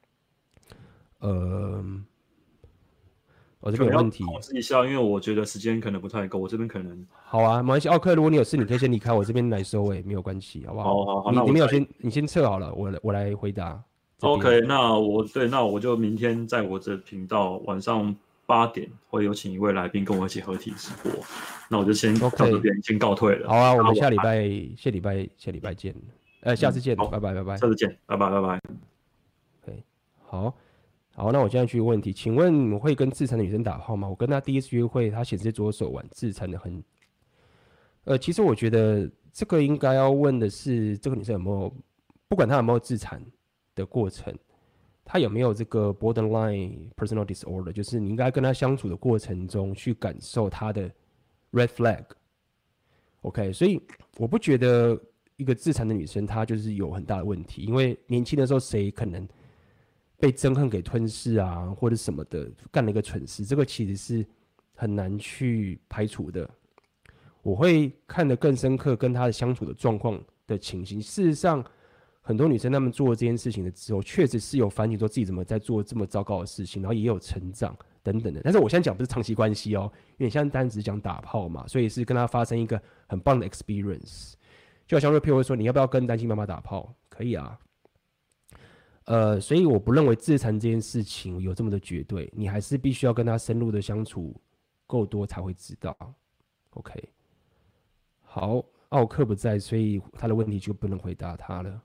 Speaker 1: 我这边有问题。
Speaker 2: 控制一下，因为我觉得时间可能不太够，我这边可能。
Speaker 1: 好啊，没关系。奥克，如果你有事，你可以先离开，我这边来收尾，没有关系，好不好？
Speaker 2: 好，
Speaker 1: 你先撤好了，我来回答。
Speaker 2: OK，那我就明天在我的频道晚上8点会有请一位来宾跟我一起合体直播，那我就先到这边先告退了。
Speaker 1: 好啊，我们下礼拜见。下次见，拜拜。
Speaker 2: 下次见，拜拜。
Speaker 1: OK， 好，那我现在去个问题，请问你会跟自残的女生打炮吗？我跟她第一次约会，她显示左手腕自残的很。其实我觉得这个应该要问的是，这个女生有没有，不管她有没有自残的过程，她有没有这个 borderline personal disorder， 就是你应该跟她相处的过程中去感受她的 red flag。OK， 所以我不觉得一个自残的女生她就是有很大的问题，因为年轻的时候谁可能被憎恨给吞噬啊，或者什么的，干了一个蠢事，这个其实是很难去排除的。我会看得更深刻，跟她的相处的状况的情形。事实上，很多女生她们做这件事情的时候，确实是有反省说自己怎么在做这么糟糕的事情，然后也有成长等等的。但是我现在讲不是长期关系哦，因为你现在单只讲打炮嘛，所以是跟她发生一个很棒的 experience。就好像瑞 P 会说，你要不要跟单亲妈妈打炮？可以啊。所以我不认为自残这件事情有这么的绝对，你还是必须要跟他深入的相处够多才会知道。OK， 好，奥克不在，所以他的问题就不能回答他了。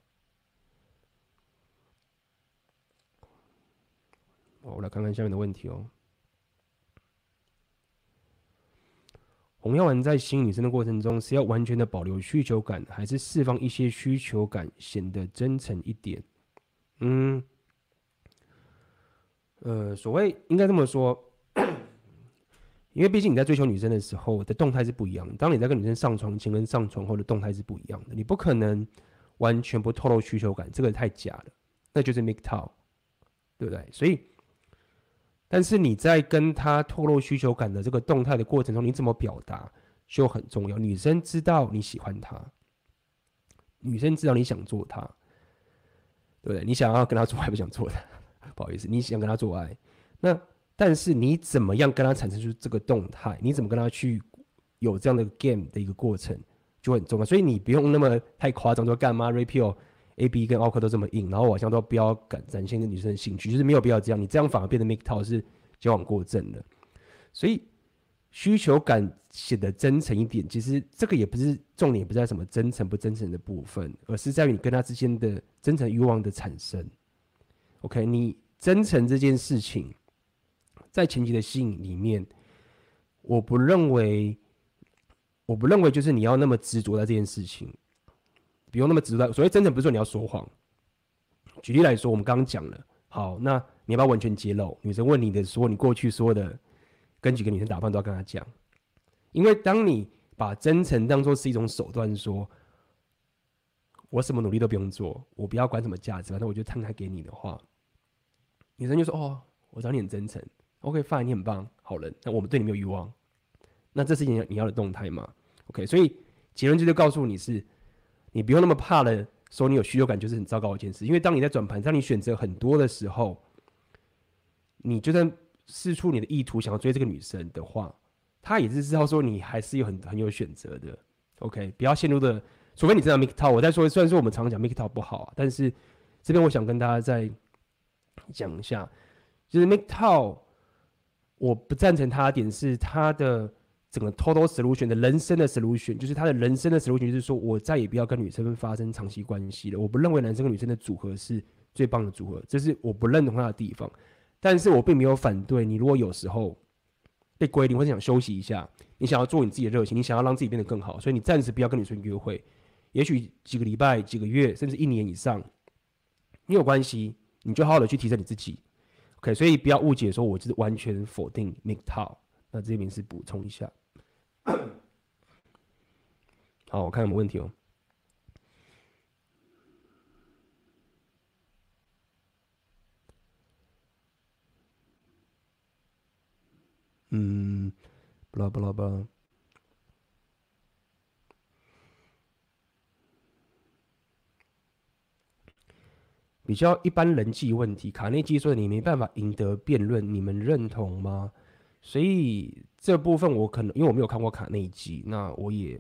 Speaker 1: 我来看看下面的问题哦。红药丸在吸引女生的过程中，是要完全的保留需求感，还是释放一些需求感，显得真诚一点？所谓应该这么说，因为毕竟你在追求女生的时候的动态是不一样的。当你在跟女生上床前跟上床后的动态是不一样的，你不可能完全不透露需求感，这个太假了，那就是 MGTOW， 对不对？所以，但是你在跟她透露需求感的这个动态的过程中，你怎么表达就很重要。女生知道你喜欢她，女生知道你想做她。对不对？你想要跟他做爱，不想做的，不好意思，你想跟他做爱，那但是你怎么样跟他产生出这个动态？你怎么跟他去有这样的 game 的一个过程，就很重要。所以你不用那么太夸张，说干嘛 Rapio、AB 跟奥克都这么硬，然后好像都不要展现跟女生的兴趣，就是没有必要这样。你这样反而变得 MGTOW 是矫枉过正的。所以需求感显得真诚一点，其实这个也不是重点，也不在什么真诚不真诚的部分，而是在于你跟他之间的真诚欲望的产生。OK， 你真诚这件事情，在前期的吸引里面，我不认为就是你要那么执着在这件事情，不用那么执着。所谓真诚，不是说你要说谎。举例来说，我们刚刚讲了，好，那你要不要完全揭露？女生问你的说，你过去说的。跟几个女生打炮都要跟她讲，因为当你把真诚当作是一种手段，说我什么努力都不用做，我不要管什么价值，反正我就摊开给你的话，女生就说：“哦，我找你很真诚 ，OK fine， 你很棒，好人。那我们对你没有欲望，那这是你要的动态嘛 ？OK， 所以结论就是告诉你是，你不用那么怕的说你有需求感就是很糟糕的一件事，因为当你在转盘，当你选择很多的时候，你就算释出你的意图想要追这个女生的话，她也是知道说你还是有很有选择的。OK， 不要陷入的，除非你真的 MGTOW。我在说，虽然说我们常常讲 MGTOW 不好，但是这边我想跟大家再讲一下，就是 MGTOW， 我不赞成他的点是他的整个 total solution 的人生的 solution， 就是他的人生的 solution， 就是说我再也不要跟女生发生长期关系了。我不认为男生跟女生的组合是最棒的组合，这是我不认同他的地方。但是我并没有反对你，如果有时候被归零或者想休息一下，你想要做你自己的热情，你想要让自己变得更好，所以你暂时不要跟女生约会，也许几个礼拜、几个月，甚至1年以上， 没有关系，你就好好的去提升你自己。OK， 所以不要误解说我就是完全否定 MGTOW。那这边是补充一下。好，我看有没有问题哦。巴拉巴拉巴拉。比较一般人际问题，卡内基说你没办法赢得辩论，你们认同吗？所以这部分我可能因为我没有看过卡内基，那我也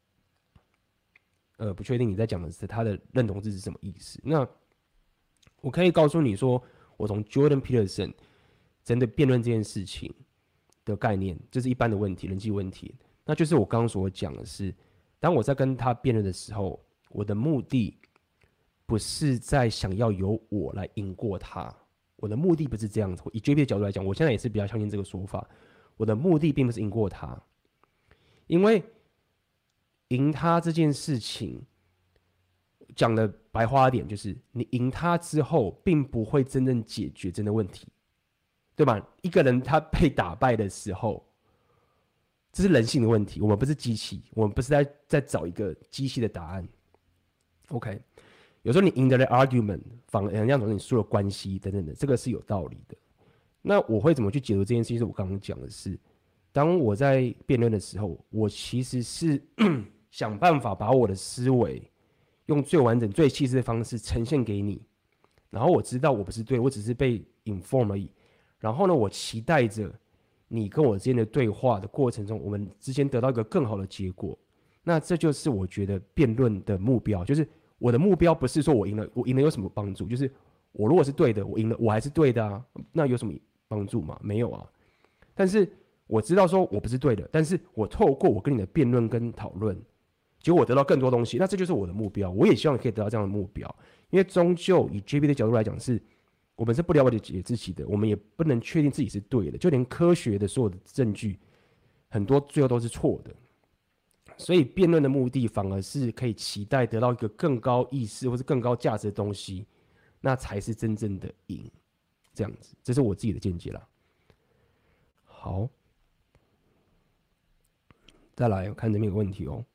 Speaker 1: 不确定你在讲的是他的认同是什么意思。那我可以告诉你说，我从 Jordan Peterson 真的辩论这件事情的概念，这是一般的问题，人际问题。那就是我刚刚所讲的是，当我在跟他辩论的时候，我的目的不是在想要由我来赢过他，我的目的不是这样子。以 JP 的角度来讲，我现在也是比较相信这个说法。我的目的并不是赢过他，因为赢他这件事情讲的白话一点，就是你赢他之后，并不会真正解决真的问题，对吧？一个人他被打败的时候，这是人性的问题，我们不是机器，我们不是在找一个机器的答案。OK。有时候你赢得了 argument， 反而人家说你输了关系等等的，这个是有道理的。那我会怎么去解读这件事情？是我刚刚讲的是，当我在辩论的时候，我其实是想办法把我的思维用最完整、最细致的方式呈现给你。然后我知道我不是对，我只是被 inform 而已。然后呢，我期待着你跟我之间的对话的过程中，我们之间得到一个更好的结果。那这就是我觉得辩论的目标，就是。我的目标不是说我赢了有什么帮助？就是我如果是对的，我赢了，我还是对的啊，那有什么帮助吗？没有啊。但是我知道说我不是对的，但是我透过我跟你的辩论跟讨论，结果我得到更多东西，那这就是我的目标。我也希望你可以得到这样的目标，因为终究以 JB 的角度来讲，是我们是不了解自己的，我们也不能确定自己是对的，就连科学的所有的证据，很多最后都是错的。所以辩论的目的反而是可以期待得到一个更高意识或是更高价值的东西，那才是真正的赢。这样子，这是我自己的见解啦。好，再来我看这边有个问题哦。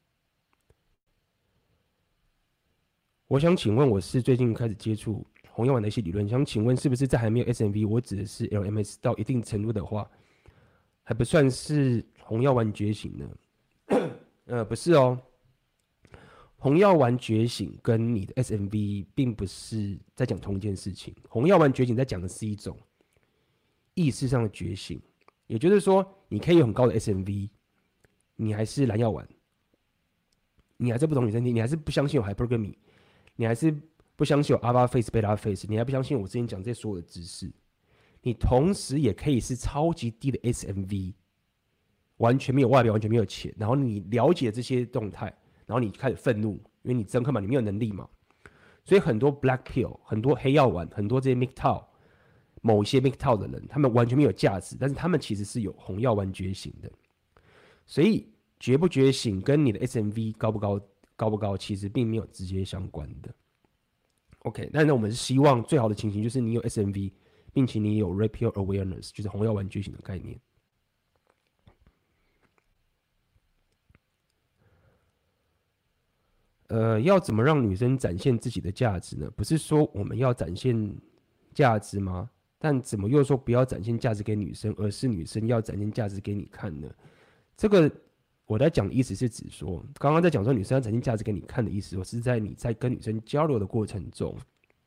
Speaker 1: 我想请问，我是最近开始接触红药丸的一些理论，想请问是不是在还没有 SMV， 我指的是 LMS 到一定程度的话，还不算是红药丸觉醒呢？不是哦，红药丸觉醒跟你的 SMV 并不是在讲同一件事情。红药丸觉醒在讲的是一种意识上的觉醒，也就是说，你可以有很高的 SMV， 你还是蓝药丸，你还是不懂你身体，你还是不相信有 hypergamy， 你还是不相信有 alpha face、beta face， 你还不相信我之前讲这些所有的知识，你同时也可以是超级低的 SMV。完全没有外表，完全没有钱，然后你了解这些动态，然后你开始愤怒，因为你真根本你没有能力嘛。所以很多 black pill， 很多黑药丸，很多这些 MGTOW， 某一些 MGTOW 的人，他们完全没有价值，但是他们其实是有红药丸觉醒的。所以觉不觉醒跟你的 SMV 高不高，其实并没有直接相关的。OK， 但是我们是希望最好的情形就是你有 SMV， 并且你有 Rapier Awareness， 就是红药丸觉醒的概念。要怎么让女生展现自己的价值呢？不是说我们要展现价值吗？但怎么又说不要展现价值给女生，而是女生要展现价值给你看呢？这个我在讲的意思是指说，刚刚在讲说女生要展现价值给你看的意思，我是在你在跟女生交流的过程中，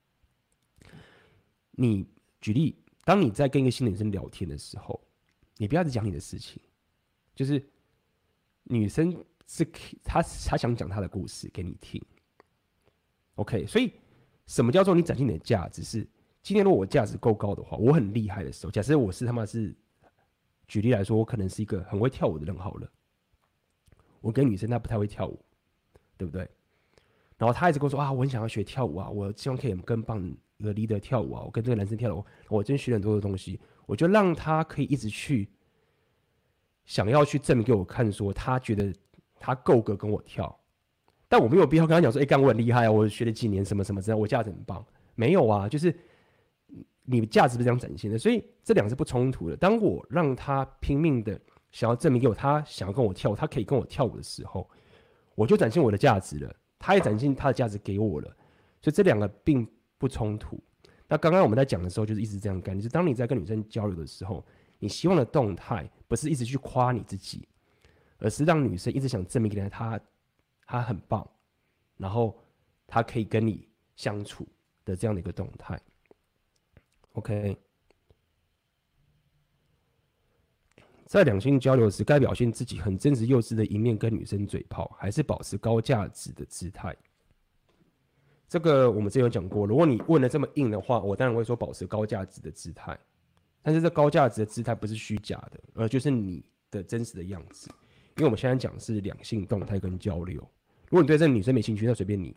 Speaker 1: 你举例，当你在跟一个新的女生聊天的时候，你不要只讲你的事情，就是女生。是他想讲他的故事给你听 ，OK， 所以什么叫做你展现你的价值？是今天如果我价值够高的话，我很厉害的时候，假设我是他妈是，举例来说，我可能是一个很会跳舞的人好了，我跟女生她不太会跳舞，对不对？然后她一直跟我说啊，我很想要学跳舞啊，我希望可以跟棒的 leader 跳舞啊，我跟这个男生跳舞，我真学很多的东西，我就让他可以一直去想要去证明给我看，说他觉得。他够格跟我跳，但我没有必要跟他讲说，干我很厉害啊，我学了几年什么什么之类，我价值很棒， 没有啊，就是你的价值不是这样展现的，所以这两个是不冲突的。当我让他拼命的想要证明给我，他想要跟我跳舞，他可以跟我跳舞的时候，我就展现我的价值了，他也展现他的价值给我了，所以这两个并不冲突。那刚刚我们在讲的时候，就是一直这样干，就是当你在跟女生交流的时候，你希望的动态不是一直去夸你自己，而是让女生一直想证明给她很棒，然后她可以跟你相处的这样的一个动态。OK， 在两性交流时，该表现自己很真实幼稚的一面跟女生嘴炮，还是保持高价值的姿态？这个我们之前有讲过，如果你问的这么硬的话，我当然会说保持高价值的姿态。但是这高价值的姿态不是虚假的，而就是你的真实的样子。因为我们现在讲的是两性动态跟交流。如果你对这个女生没兴趣，那随便你。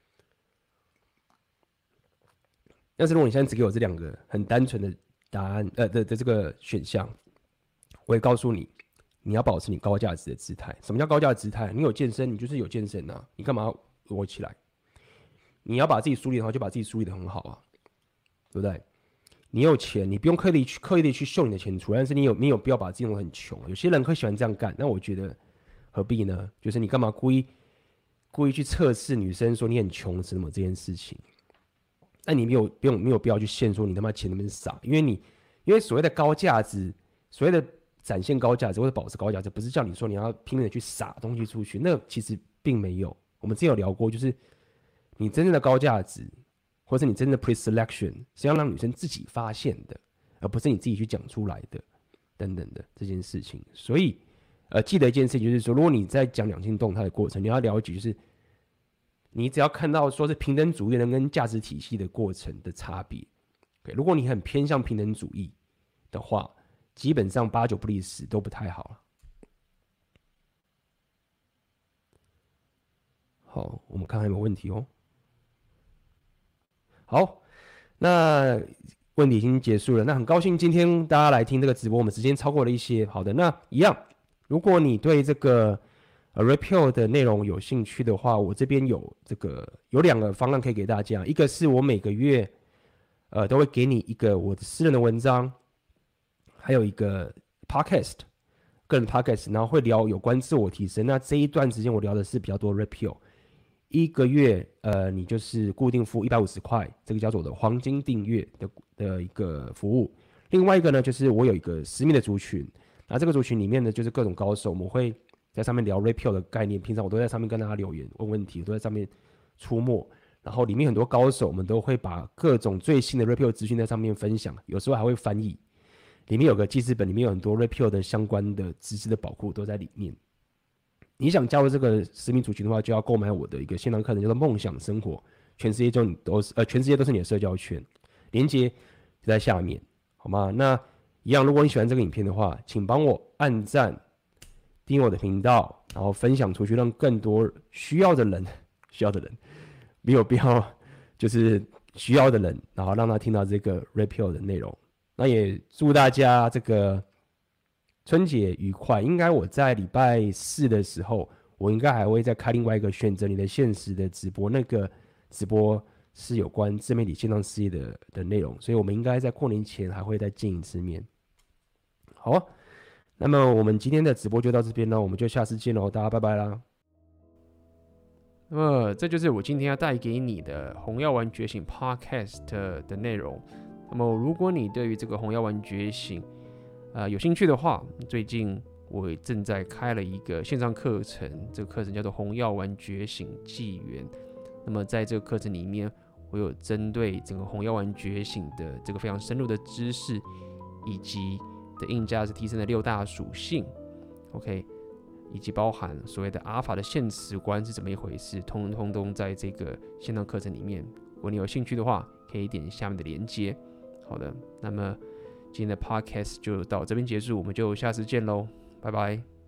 Speaker 1: 但是如果你现在只给我这两个很单纯的答案，的这个选项，我会告诉你，你要保持你高价值的姿态。什么叫高价值姿态？你有健身，你就是有健身啊，你干嘛要我起来？你要把自己梳理的好，就把自己梳理的很好啊，对不对？你有钱，你不用刻意的去秀你的钱出来，但是你有必要把自己弄得很穷。有些人会喜欢这样干，那我觉得何必呢？就是你干嘛故意去测试女生说你很穷什么这件事情？那你没有必要去限说你他妈钱那么傻，因为所谓的高价值，所谓的展现高价值或者保持高价值，不是叫你说你要拼命的去撒东西出去，那其实并没有。我们之前有聊过，就是你真正的高价值，或是你真正的 pre-selection 是要让女生自己发现的，而不是你自己去讲出来的，等等的这件事情。所以，记得一件事情，就是说，如果你在讲两性动态的过程，你要了解，就是你只要看到说是平等主义人跟价值体系的过程的差别。如果你很偏向平等主义的话，基本上8、9不离10都不太好了。好，我们看看有没有问题哦。好，那问题已经结束了。那很高兴今天大家来听这个直播，我们时间超过了一些。好的，那一样，如果你对这个Rapio 的内容有兴趣的话，我这边有2个方案可以给大家。一个是我每个月都会给你一个我的私人的文章，还有一个 podcast 个人 podcast， 然后会聊有关自我提升。那这一段时间我聊的是比较多 Rapio。1个月，你就是固定付150块，这个叫做我的黄金订阅的一个服务。另外一个呢，就是我有一个私密的族群，那这个族群里面呢，就是各种高手，我们会在上面聊 Rapio 的概念。平常我都在上面跟大家留言问问题，我都在上面出没。然后里面很多高手，我们都会把各种最新的 Rapio 资讯在上面分享，有时候还会翻译。里面有个记事本，里面有很多 Rapio 的相关的知识的宝库都在里面。你想加入这个私密族群的话，就要购买我的一个线上课程，叫做《梦想生活》，全世界都是你的社交圈，连结就在下面，好吗？那一样，如果你喜欢这个影片的话，请帮我按赞、订阅我的频道，然后分享出去，让更多需要的人没有必要就是需要的人，然后让他听到这个 Rapio 的内容。那也祝大家这个春节愉快。应该我在礼拜4的时候，我应该还会再开另外一个选择你的现实的直播，那个直播是有关自媒体线上事业的内容，所以我们应该在过年前还会再见一次面。好，那么我们今天的直播就到这边了，我们就下次见喽，大家拜拜啦。那么这就是我今天要带给你的红药丸觉醒 Podcast 的内容。那么如果你对于这个红药丸觉醒有兴趣的话，最近我正在开了一个线上课程，这个课程叫做红药丸觉醒纪元。那么在这个课程里面，我有针对整个红药丸觉醒的这个非常深入的知识，以及的硬价值提升的6大属性 ，OK， 以及包含所谓的阿尔法的现实观是怎么一回事，通通都在这个线上课程里面。如果你有兴趣的话，可以点下面的连结。好的，那么今天的 podcast 就到这边结束，我们就下次见喽，拜拜。